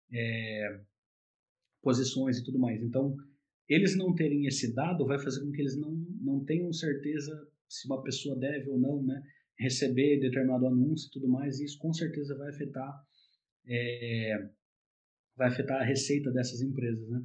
D: posições e tudo mais. Então, eles não terem esse dado vai fazer com que eles não tenham certeza se uma pessoa deve ou não, né, receber determinado anúncio e tudo mais, e isso com certeza vai afetar a receita dessas empresas, né?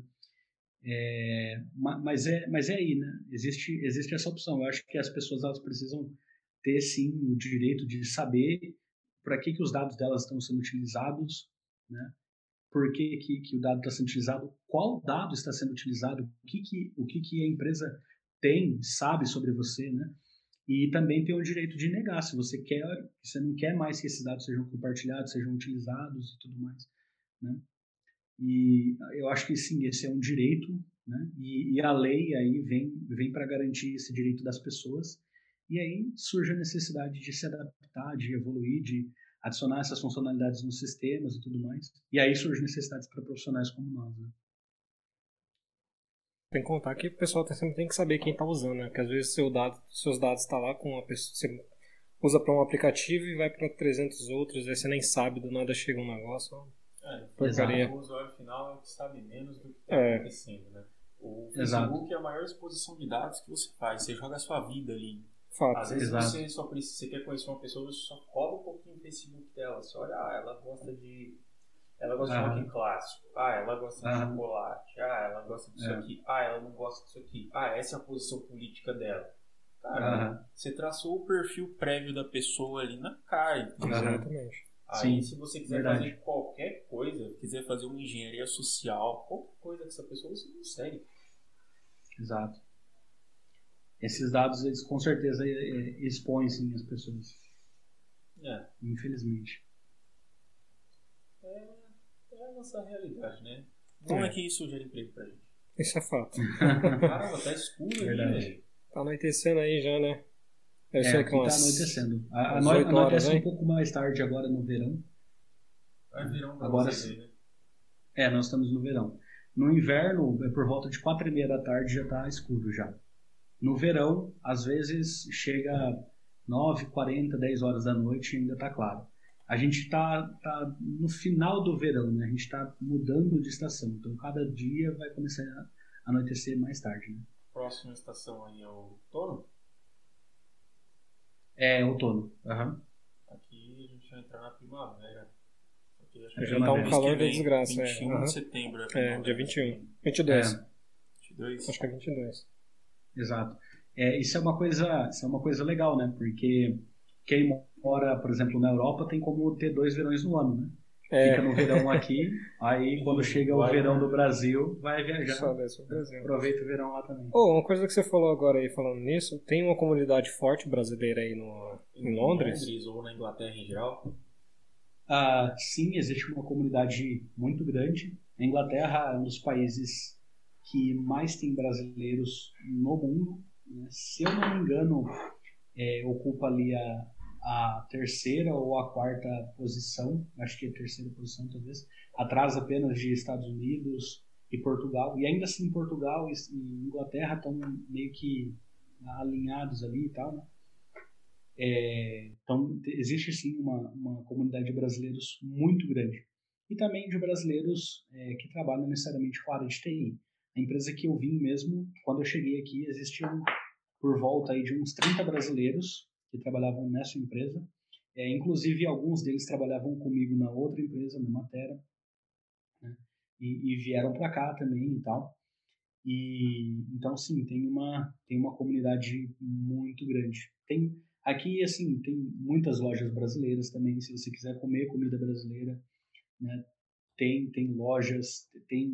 D: Mas é aí, né? Existe essa opção. Eu acho que as pessoas elas precisam ter sim o direito de saber para que os dados delas estão sendo utilizados, né? Por que o dado está sendo utilizado, qual dado está sendo utilizado, o que a empresa sabe sobre você, né? E também tem o direito de negar, se você não quer mais que esses dados sejam compartilhados, sejam utilizados e tudo mais, né? E eu acho que sim, esse é um direito, né? E a lei aí vem para garantir esse direito das pessoas, e aí surge a necessidade de se adaptar, de evoluir, de adicionar essas funcionalidades nos sistemas e tudo mais. E aí surgem necessidades para profissionais como nós, né?
B: Tem que contar que o pessoal sempre tem que saber quem está usando, né? Porque às vezes seus dados estão lá com uma pessoa, você usa para um aplicativo e vai para 300 outros, aí você nem sabe, do nada chega um negócio.
A: Porcaria. O usuário final é o que sabe menos do que está acontecendo, né? O Facebook é a maior exposição de dados que você faz. Você joga a sua vida ali.
B: Fato.
A: Às vezes você quer conhecer uma pessoa, você só cola um pouquinho no Facebook dela. Você olha, ela gosta de rock clássico. Ela gosta de chocolate. Ela gosta disso aqui. Ela não gosta disso aqui. Essa é a posição política dela. Cara, você traçou o perfil prévio da pessoa ali na cara.
B: Exatamente.
A: Aí, se você quiser fazer qualquer coisa, quiser fazer uma engenharia social, qualquer coisa com essa pessoa, você consegue.
D: Exato. Esses dados, eles com certeza expõem, sim, as pessoas. Infelizmente.
A: É a nossa realidade, né? Não é que isso gera emprego pra gente.
B: Isso é fato.
A: Caramba, tá escuro aí, velho.
B: Tá anoitecendo aí já, né?
D: Aqui tá anoitecendo. Anoitece um pouco mais tarde agora no verão.
A: É verão pra
D: agora
A: vocês aí, né?
D: Nós estamos no verão. No inverno, por volta de 4:30 da tarde já tá escuro já. No verão, às vezes chega 9h40, 10 horas da noite e ainda tá claro. A gente tá no final do verão, né? A gente tá mudando de estação. Então cada dia vai começar a anoitecer mais tarde, né?
A: Próxima estação aí é o outono?
D: É outono.
A: Aqui a gente vai entrar na primavera.
B: Já tá um calor da desgraça.
A: 21 de setembro.
B: Dia 21. 22.
A: 22?
B: Acho que é 22.
D: Exato. Isso é uma coisa legal, né? Porque quem mora, por exemplo, na Europa tem como ter 2 verões no ano, né? Fica no verão aqui, aí quando chega o verão do Brasil, vai viajar.
B: Só desce o Brasil.
D: Aproveita o verão lá também.
B: Uma coisa que você falou agora aí, falando nisso, tem uma comunidade forte brasileira aí em Londres?
A: Ou na Inglaterra em geral?
D: Sim, existe uma comunidade muito grande. A Inglaterra é um dos países que mais tem brasileiros no mundo, né? Se eu não me engano, ocupa ali a terceira ou a quarta posição, acho que é a terceira posição talvez, atrás apenas de Estados Unidos e Portugal, e ainda assim Portugal e Inglaterra estão meio que alinhados ali e tal, né? Então existe sim uma comunidade de brasileiros muito grande, e também de brasileiros que trabalham necessariamente com a área de TI. A empresa que eu vim mesmo, quando eu cheguei aqui, existiam por volta aí de uns 30 brasileiros que trabalhavam nessa empresa. Inclusive, alguns deles trabalhavam comigo na outra empresa, na Matera, né? E vieram para cá também e tal. Então, sim, tem uma comunidade muito grande. Aqui, assim, tem muitas lojas brasileiras também, se você quiser comer comida brasileira, né? Tem lojas, tem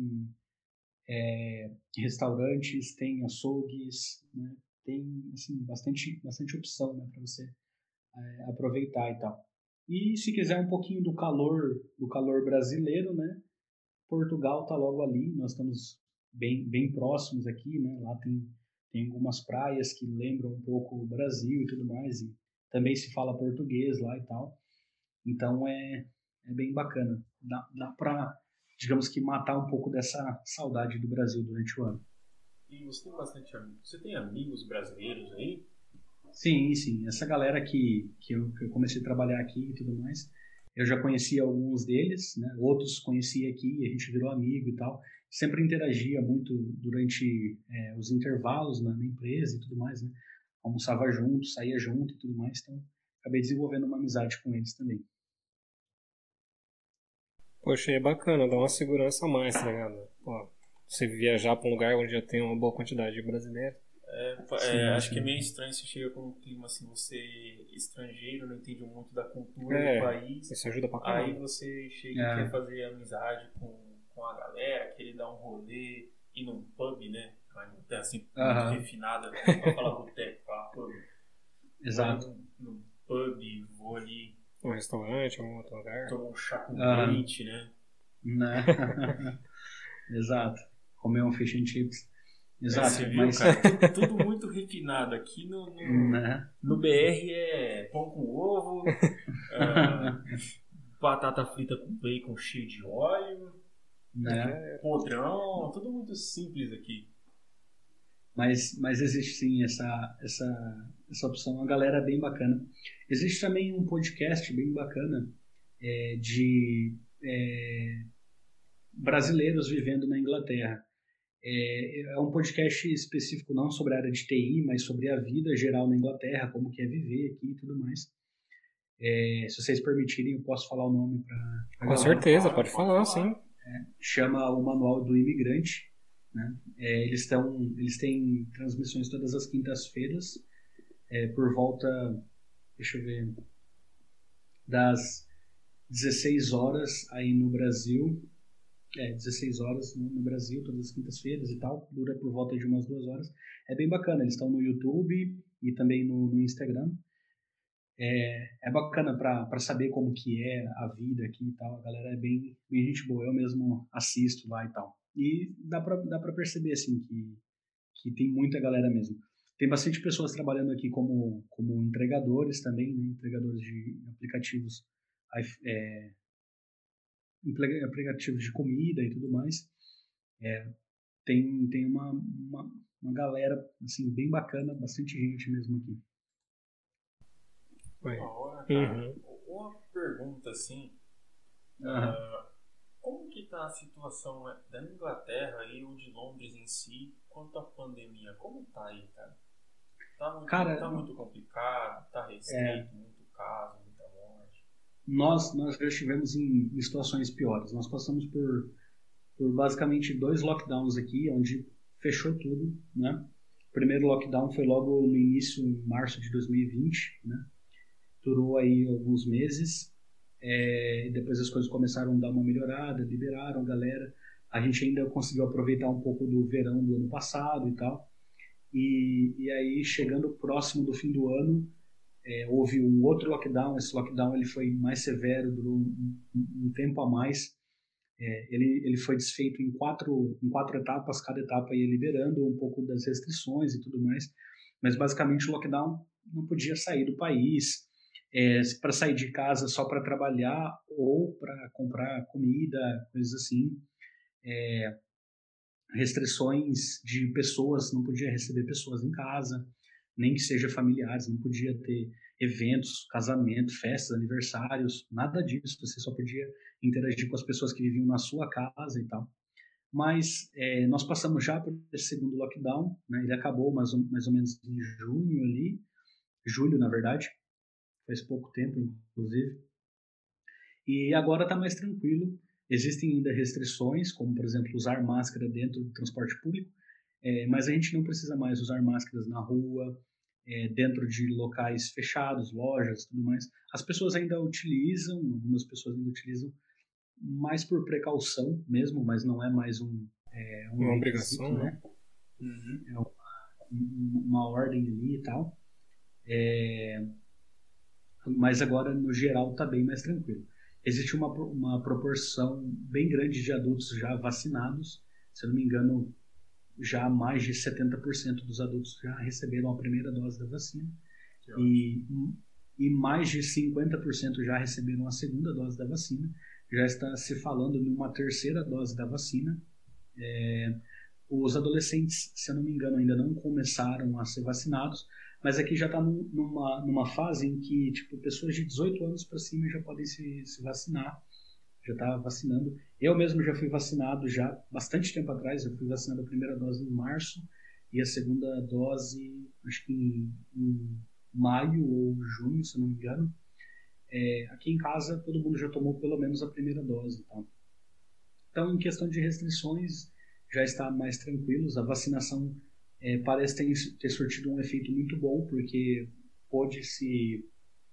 D: restaurantes, tem açougues, né? Tem, assim, bastante opção, né, para você aproveitar e tal. E se quiser um pouquinho do calor brasileiro, né? Portugal está logo ali, nós estamos bem próximos aqui, né? Lá tem algumas praias que lembram um pouco o Brasil e tudo mais, e também se fala português lá e tal. Então é bem bacana. Dá para, digamos que, matar um pouco dessa saudade do Brasil durante o ano.
A: E você tem bastante amigos. Você tem amigos brasileiros aí?
D: Sim, sim. Essa galera que eu comecei a trabalhar aqui e tudo mais, eu já conhecia alguns deles, né? Outros conhecia aqui, a gente virou amigo e tal. Sempre interagia muito durante os intervalos na empresa e tudo mais, né? Almoçava junto, saía junto e tudo mais. Então, acabei desenvolvendo uma amizade com eles também.
B: Poxa, é bacana, dá uma segurança a mais, tá ligado? Pô, você viajar pra um lugar onde já tem uma boa quantidade de brasileiros.
A: Acho que é meio estranho você chega com um clima assim, você estrangeiro, não entende muito da cultura do país.
B: Isso ajuda pra caramba.
A: Aí você chega e quer fazer amizade com a galera, querer dar um rolê, ir num pub, né? Assim, muito refinada, pra falar boteco, falar pub.
D: Exato.
A: Num pub, vou ali.
B: Um restaurante, um outro lugar.
A: Tomar um chá com leite, né?
D: Exato. Comer um fish and chips. Exato,
A: você viu, cara? Tudo muito refinado. Aqui no BR é pão com ovo, batata frita com bacon cheio de óleo, podrão, tudo muito simples aqui.
D: Mas existe sim essa opção, uma galera bem bacana. Existe também um podcast bem bacana de brasileiros vivendo na Inglaterra. É um podcast específico não sobre a área de TI, mas sobre a vida geral na Inglaterra, como que é viver aqui e tudo mais. Se vocês permitirem, eu posso falar o nome para
B: Com certeza, pode falar, sim.
D: Chama o Manual do Imigrante, né? Eles têm transmissões todas as quintas-feiras, por volta, deixa eu ver, das 16 horas aí no Brasil. 16 horas no Brasil, todas as quintas-feiras e tal, dura por volta de umas 2 horas. É bem bacana, eles estão no YouTube e também no Instagram. É bacana para saber como que é a vida aqui e tal, a galera é bem gente boa, eu mesmo assisto lá e tal. E dá para perceber, assim, que tem muita galera mesmo. Tem bastante pessoas trabalhando aqui como entregadores também, né? Entregadores de aplicativos aplicativos de comida e tudo mais. Tem uma galera assim, bem bacana, bastante gente mesmo aqui.
A: Hora, cara. Uma pergunta assim, como que tá a situação da Inglaterra e ou de Londres em si quanto à pandemia? Como tá aí, cara? Tá muito complicado, tá restrito, muito caso, muita morte.
D: Nós já estivemos em situações piores. Nós passamos por basicamente 2 lockdowns aqui, onde fechou tudo, né? O primeiro lockdown foi logo no início, em março de 2020, né? Durou aí alguns meses, e depois as coisas começaram a dar uma melhorada, liberaram a galera. A gente ainda conseguiu aproveitar um pouco do verão do ano passado e tal. E aí, chegando próximo do fim do ano, houve um outro lockdown. Esse lockdown ele foi mais severo, durou um tempo a mais. Ele foi desfeito em quatro etapas, cada etapa ia liberando um pouco das restrições e tudo mais, mas basicamente o lockdown não podia sair do país, para sair de casa só para trabalhar ou para comprar comida, coisas assim. Restrições de pessoas, não podia receber pessoas em casa, nem que seja familiares, não podia ter eventos, casamento, festas, aniversários, nada disso. Você só podia interagir com as pessoas que viviam na sua casa e tal. Mas nós passamos já por esse segundo lockdown, né? Ele acabou mais ou menos em junho ali, julho na verdade, faz pouco tempo inclusive, e agora está mais tranquilo. Existem ainda restrições, como por exemplo usar máscara dentro do transporte público, mas a gente não precisa mais usar máscaras na rua, dentro de locais fechados, lojas, tudo mais. As pessoas ainda utilizam, algumas pessoas ainda utilizam, mais por precaução mesmo, mas não é mais
B: uma obrigação,
D: né? É uma ordem ali e tal. Mas agora, no geral, está bem mais tranquilo. Existe uma proporção bem grande de adultos já vacinados. Se eu não me engano, já mais de 70% dos adultos já receberam a primeira dose da vacina. E mais de 50% já receberam a segunda dose da vacina. Já está se falando em uma terceira dose da vacina. Os adolescentes, se eu não me engano, ainda não começaram a ser vacinados, mas aqui já está numa fase em que tipo, pessoas de 18 anos para cima já podem se vacinar, já está vacinando. Eu mesmo já fui vacinado já bastante tempo atrás, eu fui vacinado a primeira dose em março e a segunda dose acho que em maio ou junho, se eu não me engano. Aqui em casa todo mundo já tomou pelo menos a primeira dose. Tá? Então, em questão de restrições, já está mais tranquilos. A vacinação parece ter surtido um efeito muito bom, porque pôde se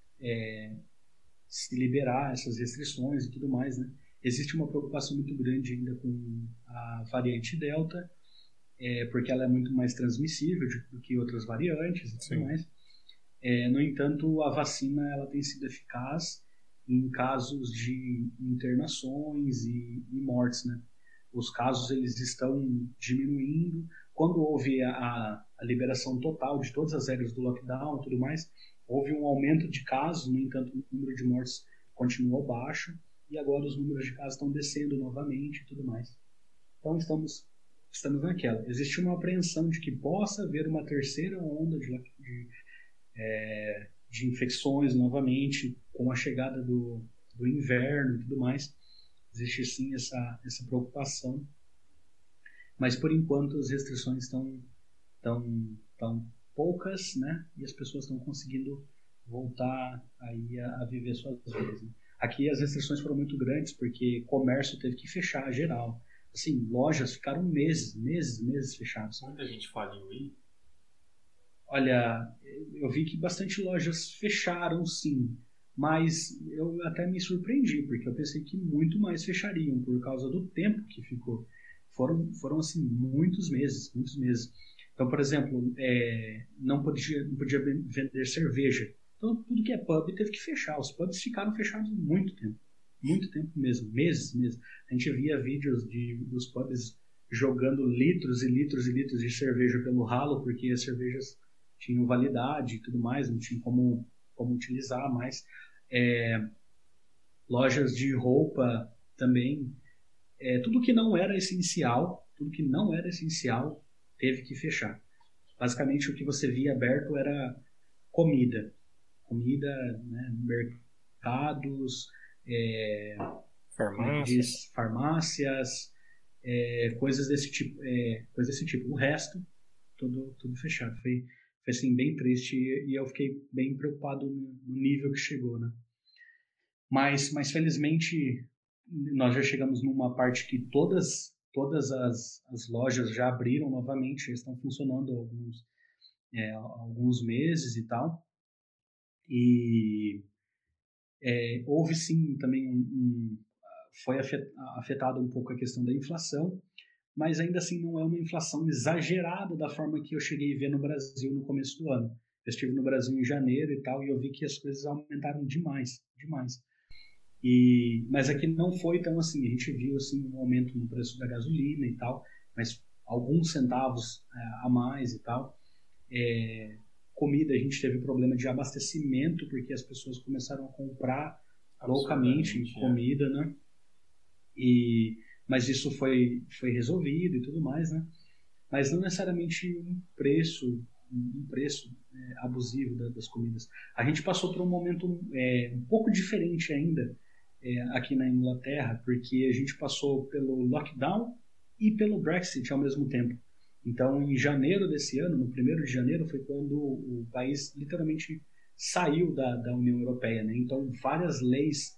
D: liberar essas restrições e tudo mais, né? Existe uma preocupação muito grande ainda com a variante Delta, porque ela é muito mais transmissível do que outras variantes e tudo mais. No entanto, a vacina ela tem sido eficaz em casos de internações e mortes, né? Os casos eles estão diminuindo. Quando houve a liberação total de todas as regras do lockdown e tudo mais, houve um aumento de casos, no entanto, o número de mortes continuou baixo e agora os números de casos estão descendo novamente e tudo mais. Então estamos naquela. Existe uma apreensão de que possa haver uma terceira onda de infecções novamente com a chegada do inverno e tudo mais. Existe sim essa preocupação, mas por enquanto as restrições estão tão poucas, né? E as pessoas estão conseguindo voltar aí a viver suas vidas. Né? Aqui as restrições foram muito grandes porque comércio teve que fechar geral. Assim, lojas ficaram meses fechadas.
A: Muita gente faliu aí.
D: Olha, eu vi que bastante lojas fecharam, sim. Mas eu até me surpreendi, porque eu pensei que muito mais fechariam por causa do tempo que ficou. Foram assim, muitos meses. Então, por exemplo, não podia vender cerveja. Então, tudo que é pub teve que fechar. Os pubs ficaram fechados muito tempo mesmo, meses. A gente via vídeos dos pubs jogando litros e litros e litros de cerveja pelo ralo, porque as cervejas tinham validade e tudo mais, não tinha como utilizar mais. Lojas de roupa também, tudo que não era essencial teve que fechar. Basicamente o que você via aberto era comida, né, mercados, farmácias, coisas desse tipo. O resto tudo fechado. Foi assim, bem triste e eu fiquei bem preocupado no nível que chegou, né? Mas felizmente nós já chegamos numa parte que todas as lojas já abriram novamente, já estão funcionando alguns meses e tal. E houve sim também foi afetado um pouco a questão da inflação, mas ainda assim não é uma inflação exagerada da forma que eu cheguei a ver no Brasil no começo do ano. Eu estive no Brasil em janeiro e tal, e eu vi que as coisas aumentaram demais. Mas aqui não foi tão assim. A gente viu assim, um aumento no preço da gasolina e tal, mas alguns centavos a mais e tal. Comida, a gente teve problema de abastecimento, porque as pessoas começaram a comprar loucamente comida, né? Mas isso foi resolvido e tudo mais, né? Mas não necessariamente um preço abusivo das comidas. A gente passou por um momento um pouco diferente ainda aqui na Inglaterra, porque a gente passou pelo lockdown e pelo Brexit ao mesmo tempo. Então, em janeiro desse ano, no 1º de janeiro, foi quando o país literalmente saiu da União Europeia, né? Então, várias leis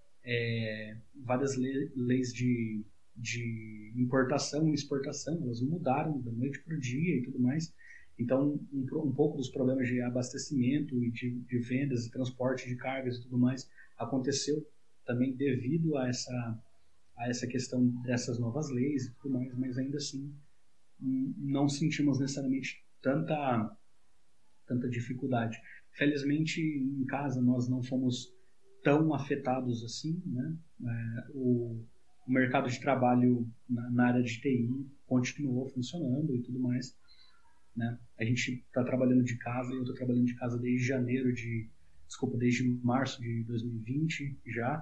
D: de importação e exportação, elas mudaram da noite para o dia e tudo mais. Então, um pouco dos problemas de abastecimento e de vendas e transporte de cargas e tudo mais aconteceu também devido a essa questão dessas novas leis e tudo mais, mas ainda assim não sentimos necessariamente tanta dificuldade. Felizmente, em casa, nós não fomos tão afetados assim, né? O mercado de trabalho na área de TI continuou funcionando e tudo mais, né? A gente está trabalhando de casa, eu estou trabalhando de casa desde março de 2020 já,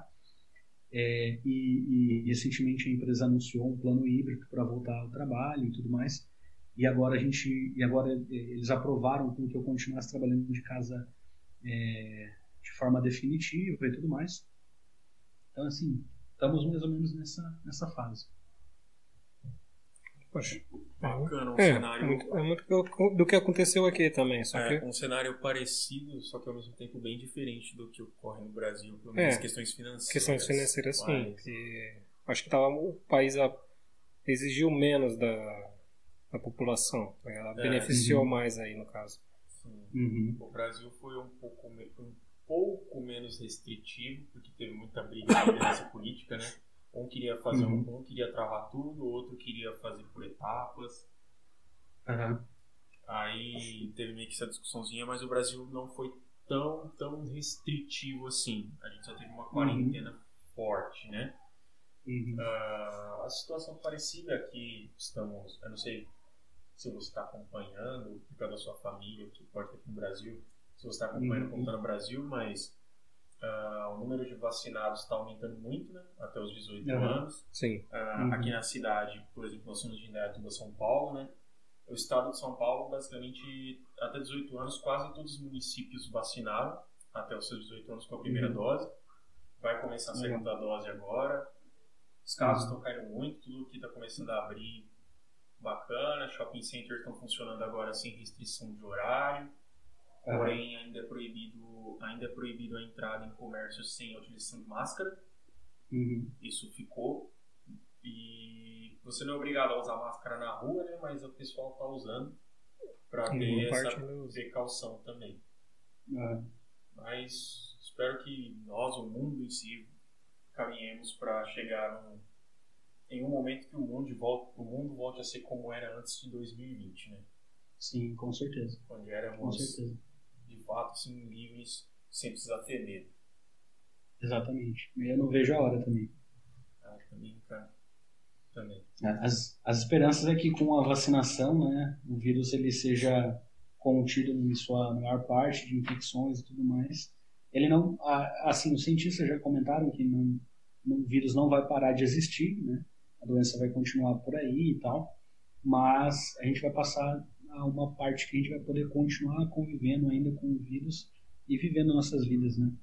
D: e recentemente a empresa anunciou um plano híbrido para voltar ao trabalho e tudo mais, e agora eles aprovaram com que eu continuasse trabalhando de casa de forma definitiva e tudo mais. Então, assim, estamos mais ou menos nessa fase.
B: Poxa,
A: Bacana, um
B: é
A: cenário...
B: muito do que aconteceu aqui também. Só que...
A: um cenário parecido, só que ao mesmo tempo bem diferente do que ocorre no Brasil, pelo menos questões financeiras.
B: Questões financeiras, sim. E acho que o país exigiu menos da população. Ela beneficiou mais aí, no caso.
A: Sim.
D: Uhum.
A: O Brasil foi um pouco menos restritivo, porque teve muita briga de liderança política, né? Um queria fazer um queria travar tudo, o outro queria fazer por etapas. Aí teve meio que essa discussãozinha, mas o Brasil não foi tão restritivo assim. A gente só teve uma quarentena forte, né? A situação parecida aqui, eu não sei se você está acompanhando, por causa da sua família, que pode ter aqui no Brasil, se você está acompanhando como está no Brasil, mas o número de vacinados está aumentando muito, né? Até os 18 anos.
B: Sim.
A: Aqui na cidade, por exemplo, nós somos de Indaiatuba, São Paulo, né? O estado de São Paulo, basicamente, até 18 anos, quase todos os municípios vacinaram até os seus 18 anos com a primeira dose. Vai começar a segunda dose agora. Os casos estão caindo muito, tudo que está começando a abrir bacana. Shopping centers estão funcionando agora sem restrição de horário. Porém, ainda é proibido a entrada em comércio sem a utilização de máscara. Isso ficou. E você não é obrigado a usar máscara na rua, né? Mas o pessoal está usando para ter essa precaução também. Mas espero que nós, o mundo em si, caminhemos para chegar em um momento que o mundo volte a ser como era antes de 2020, né?
D: Sim, com certeza.
A: Onde éramos, de fato, assim, livres, sem precisar ter medo.
D: Exatamente. Eu não vejo a hora também.
A: Também, cara. Também.
D: As esperanças é que com a vacinação, né, o vírus ele seja contido em sua maior parte de infecções e tudo mais. Ele não, assim, os cientistas já comentaram que o vírus não vai parar de existir, né? A doença vai continuar por aí e tal, mas a gente vai passar a uma parte que a gente vai poder continuar convivendo ainda com o vírus e vivendo nossas vidas, né?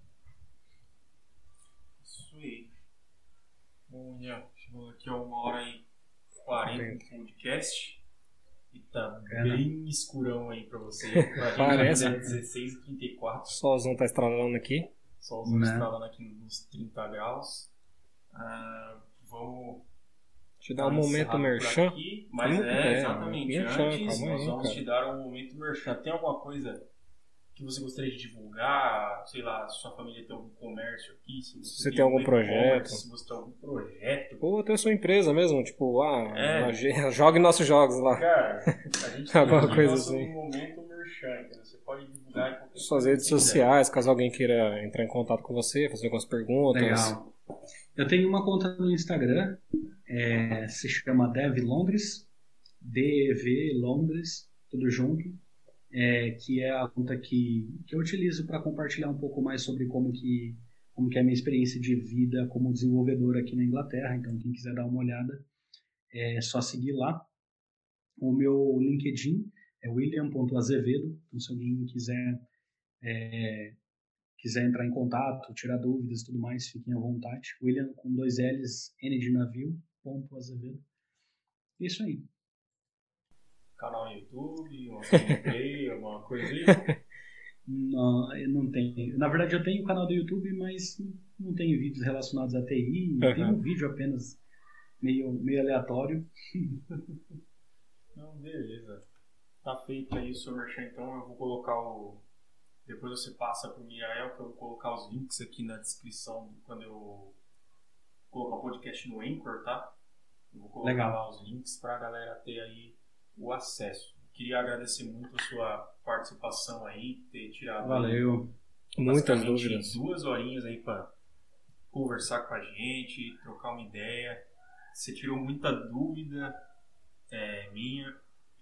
A: Isso aí. Bom, já chegou aqui a 1h40 de podcast e tá bem escurão aí pra você.
B: Parece.
A: 16h34.
B: O solzão tá estralando aqui.
A: Solzão estralando aqui nos 30 graus. Vamos
B: te dar um momento merchan.
A: Aqui, mas exatamente.
B: Merchan,
A: antes,
B: calma
A: nós
B: aí,
A: vamos
B: cara.
A: te dar um momento merchan. Tem alguma coisa que você gostaria de divulgar? Sei lá, se sua família tem algum comércio aqui, se
B: você tem algum projeto,
A: se você tem algum projeto.
B: ou até sua empresa mesmo, tipo, jogue nossos jogos lá.
A: Cara, a gente tem
B: alguma
A: aqui
B: coisa
A: nosso
B: assim.
A: momento merchan, que você pode divulgar em qualquer
B: Suas redes sociais, caso alguém queira entrar em contato com você, fazer algumas perguntas.
D: Legal. Eu tenho uma conta no Instagram, se chama DevLondres, DEV Londres, tudo junto, que é a conta que eu utilizo para compartilhar um pouco mais sobre como que é a minha experiência de vida como desenvolvedor aqui na Inglaterra. Então, quem quiser dar uma olhada, é só seguir lá. O meu LinkedIn é william.azevedo, então se alguém quiser entrar em contato, tirar dúvidas e tudo mais, fiquem à vontade. William com 2 L's, N de navio, ponto Azevedo. Isso aí.
A: Canal no YouTube, uma gameplay, alguma coisa aí?
D: Não, eu não tenho. Na verdade, eu tenho um canal do YouTube, mas não tenho vídeos relacionados à TI. Tem um vídeo apenas meio aleatório.
A: Não, beleza. Tá feito aí o seu merchan, então eu vou colocar o... Depois você passa pro Mirael, que eu vou colocar os links aqui na descrição quando eu colocar o podcast no Anchor, tá? Eu vou colocar lá os links pra galera ter aí o acesso. Queria agradecer muito a sua participação aí, ter tirado
D: Valeu.
B: Muitas dúvidas.
A: 2 horinhas aí pra conversar com a gente, trocar uma ideia. Você tirou muita dúvida minha.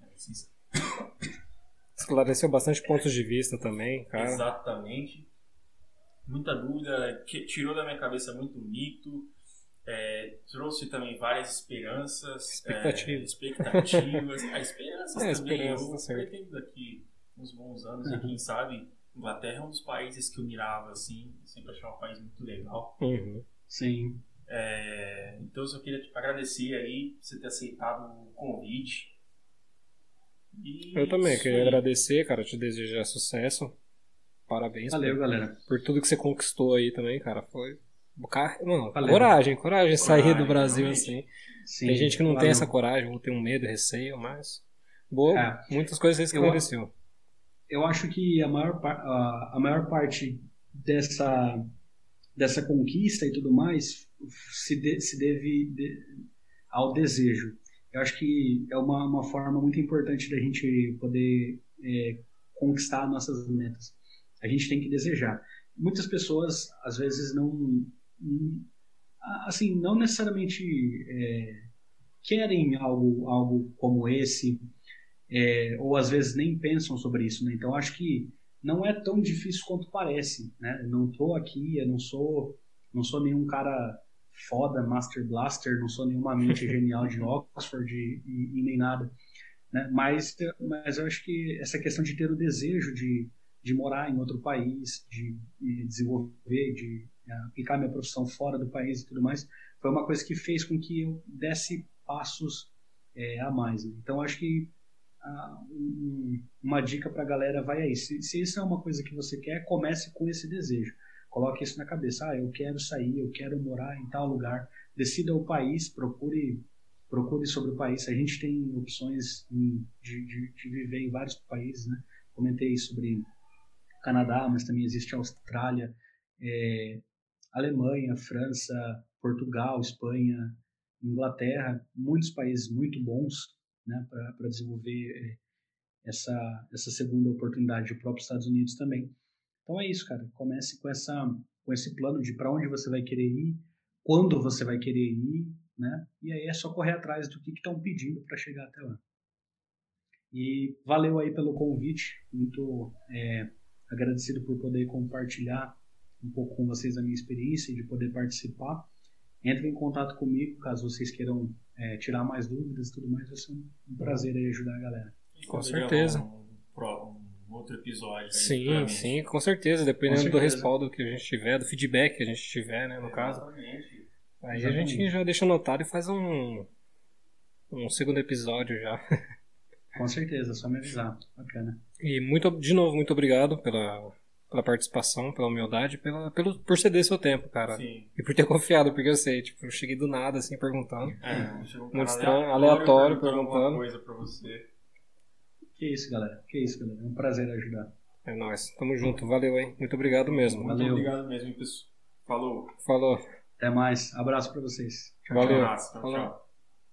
B: Esclareceu bastante pontos de vista também, cara.
A: Exatamente. Muita dúvida, tirou da minha cabeça muito mito, trouxe também várias esperanças, expectativas. A esperanças também.
B: Esperança,
A: Eu pretendo daqui uns bons anos, e quem sabe, Inglaterra é um dos países que eu mirava, assim, sempre achei um país muito legal.
D: Sim.
A: Então eu só queria te agradecer aí por você ter aceitado o convite.
B: Eu também queria agradecer, cara, te desejar sucesso. Parabéns.
D: Valeu, galera.
B: Por tudo que você conquistou aí também, cara. Foi. Mano, coragem de sair do Brasil realmente. Assim.
D: Sim,
B: tem gente que não tem essa coragem, ou tem um medo, receio, mas. Muitas coisas você esclareceu.
D: Eu acho que a maior parte dessa conquista e tudo mais se deve ao desejo. Eu acho que é uma forma muito importante da gente poder conquistar nossas metas. A gente tem que desejar. Muitas pessoas, às vezes, não necessariamente querem algo como esse, ou às vezes nem pensam sobre isso, né? Então, acho que não é tão difícil quanto parece, né? Eu não estou aqui, eu não sou nenhum cara foda, Master Blaster, não sou nenhuma mente genial de Oxford e nem nada, né? Mas eu acho que essa questão de ter o desejo de morar em outro país, de desenvolver, de aplicar minha profissão fora do país e tudo mais, foi uma coisa que fez com que eu desse passos a mais, né? Então acho que uma dica para a galera vai aí, se isso é uma coisa que você quer, comece com esse desejo. Coloque isso na cabeça. Eu quero sair, eu quero morar em tal lugar. Decida o país, procure sobre o país. A gente tem opções de viver em vários países, né? Comentei sobre Canadá, mas também existe a Austrália, Alemanha, França, Portugal, Espanha, Inglaterra. Muitos países muito bons, né, para desenvolver essa segunda oportunidade. O próprio Estados Unidos também. Então é isso, cara. Comece com esse plano de para onde você vai querer ir, quando você vai querer ir, né? E aí é só correr atrás do que estão pedindo para chegar até lá. E valeu aí pelo convite. Muito agradecido por poder compartilhar um pouco com vocês a minha experiência e de poder participar. Entre em contato comigo caso vocês queiram tirar mais dúvidas e tudo mais. Vai ser um prazer aí ajudar a galera.
B: Com certeza.
A: Outro episódio.
B: Sim, com certeza. Dependendo do respaldo que a gente tiver, do feedback que a gente tiver, né, no caso. Aí a gente já deixa anotado e faz um segundo episódio já.
D: Com certeza, só me avisar. Bacana.
B: E de novo, muito obrigado pela participação, pela humildade, por ceder seu tempo, cara.
A: Sim.
B: E por ter confiado, porque eu sei, eu cheguei do nada, assim, perguntando.
A: Muito
B: estranho, aleatório perguntando.
A: Coisa pra você.
D: Que isso, galera. É um prazer ajudar.
B: É nóis. Tamo junto. Valeu, hein. Muito obrigado mesmo.
A: Muito obrigado mesmo, pessoal.
B: Falou.
D: Até mais. Abraço pra vocês.
B: Tchau, valeu.
A: Tchau.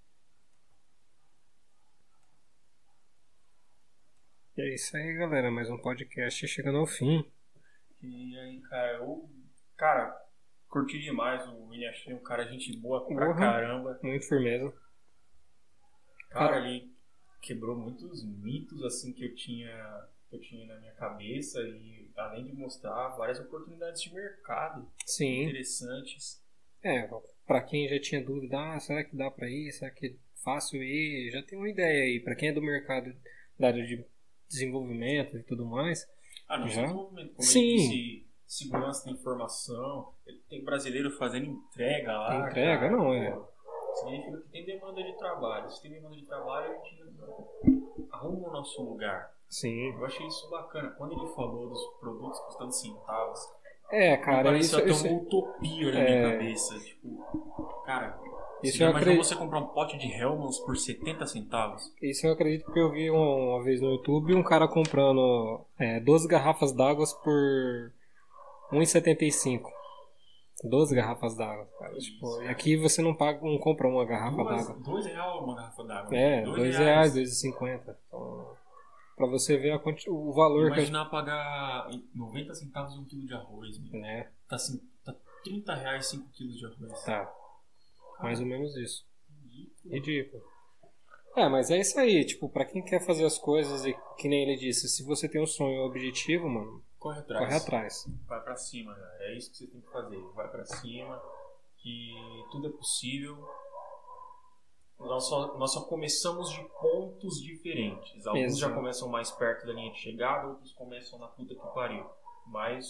B: E é isso aí, galera. Mais um podcast chegando ao fim.
A: E aí, cara, curti demais o William. Achei um cara gente boa pra caramba.
B: Muito firmeza.
A: Cara, ele quebrou muitos mitos assim que eu tinha na minha cabeça e além de mostrar várias oportunidades de mercado interessantes.
B: Pra quem já tinha dúvida, será que dá pra ir? Será que é fácil ir? Já tem uma ideia aí. Pra quem é do mercado da área de desenvolvimento e tudo mais.
A: Não
B: já?
A: Desenvolvimento, como ele disse, segurança da informação. Tem brasileiro fazendo entrega lá.
B: Entrega, cara, não é.
A: significa que tem demanda de trabalho. Se tem demanda de trabalho, a gente arruma o nosso lugar.
B: Sim.
A: Eu achei isso bacana. Quando ele falou dos produtos custando centavos,
B: Cara,
A: pareceu até
B: isso,
A: uma utopia na minha cabeça. Tipo, cara,
B: isso
A: você
B: eu
A: imagina
B: acredito.
A: você comprar um pote de Hellmann's por 70 centavos?
B: Isso eu acredito que eu vi uma vez no YouTube um cara comprando 12 garrafas d'água por R$1,75. 12 garrafas d'água, cara. Tipo, e aqui você não compra uma garrafa d'água.
A: R$2 uma garrafa d'água.
B: R$2, R$2,50. Então, pra você ver o valor
A: Imaginar pagar 90 centavos um quilo de arroz.
B: né?
A: Tá R$30 5 quilos de arroz.
B: Tá. Mais ou menos isso. Ridículo. Mas é isso aí. Tipo, pra quem quer fazer as coisas e que nem ele disse, se você tem um sonho e um objetivo, mano,
A: corre atrás.
B: Vai
A: pra cima, galera. É isso que você tem que fazer. Vai pra cima, que tudo é possível. Nós só começamos de pontos diferentes. Alguns já começam mais perto da linha de chegada, outros começam na puta que pariu. Mas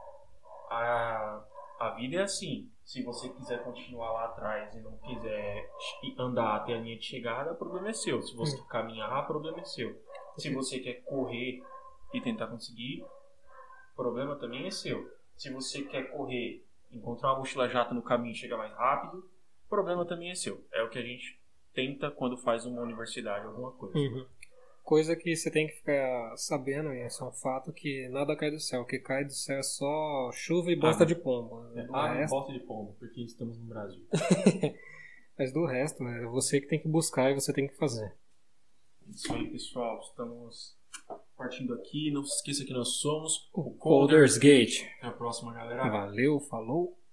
A: a vida é assim. Se você quiser continuar lá atrás e não quiser andar até a linha de chegada, o problema é seu. Se você caminhar, o problema é seu. Se você quer correr e tentar conseguir, o problema também é seu. Se você quer correr, encontrar uma mochila jato no caminho e chegar mais rápido, o problema também é seu. É o que a gente tenta quando faz uma universidade, alguma coisa.
B: Uhum. Coisa que você tem que ficar sabendo, e esse é um fato, que nada cai do céu. O que cai do céu é só chuva e bosta de pombo.
A: Bosta de pombo, porque estamos no Brasil.
B: Mas do resto, é você que tem que buscar e você tem que fazer.
A: Isso aí, pessoal. Estamos partindo aqui. Não se esqueça que nós somos
B: o Colders Gate.
A: Até a próxima, galera.
B: Valeu, falou.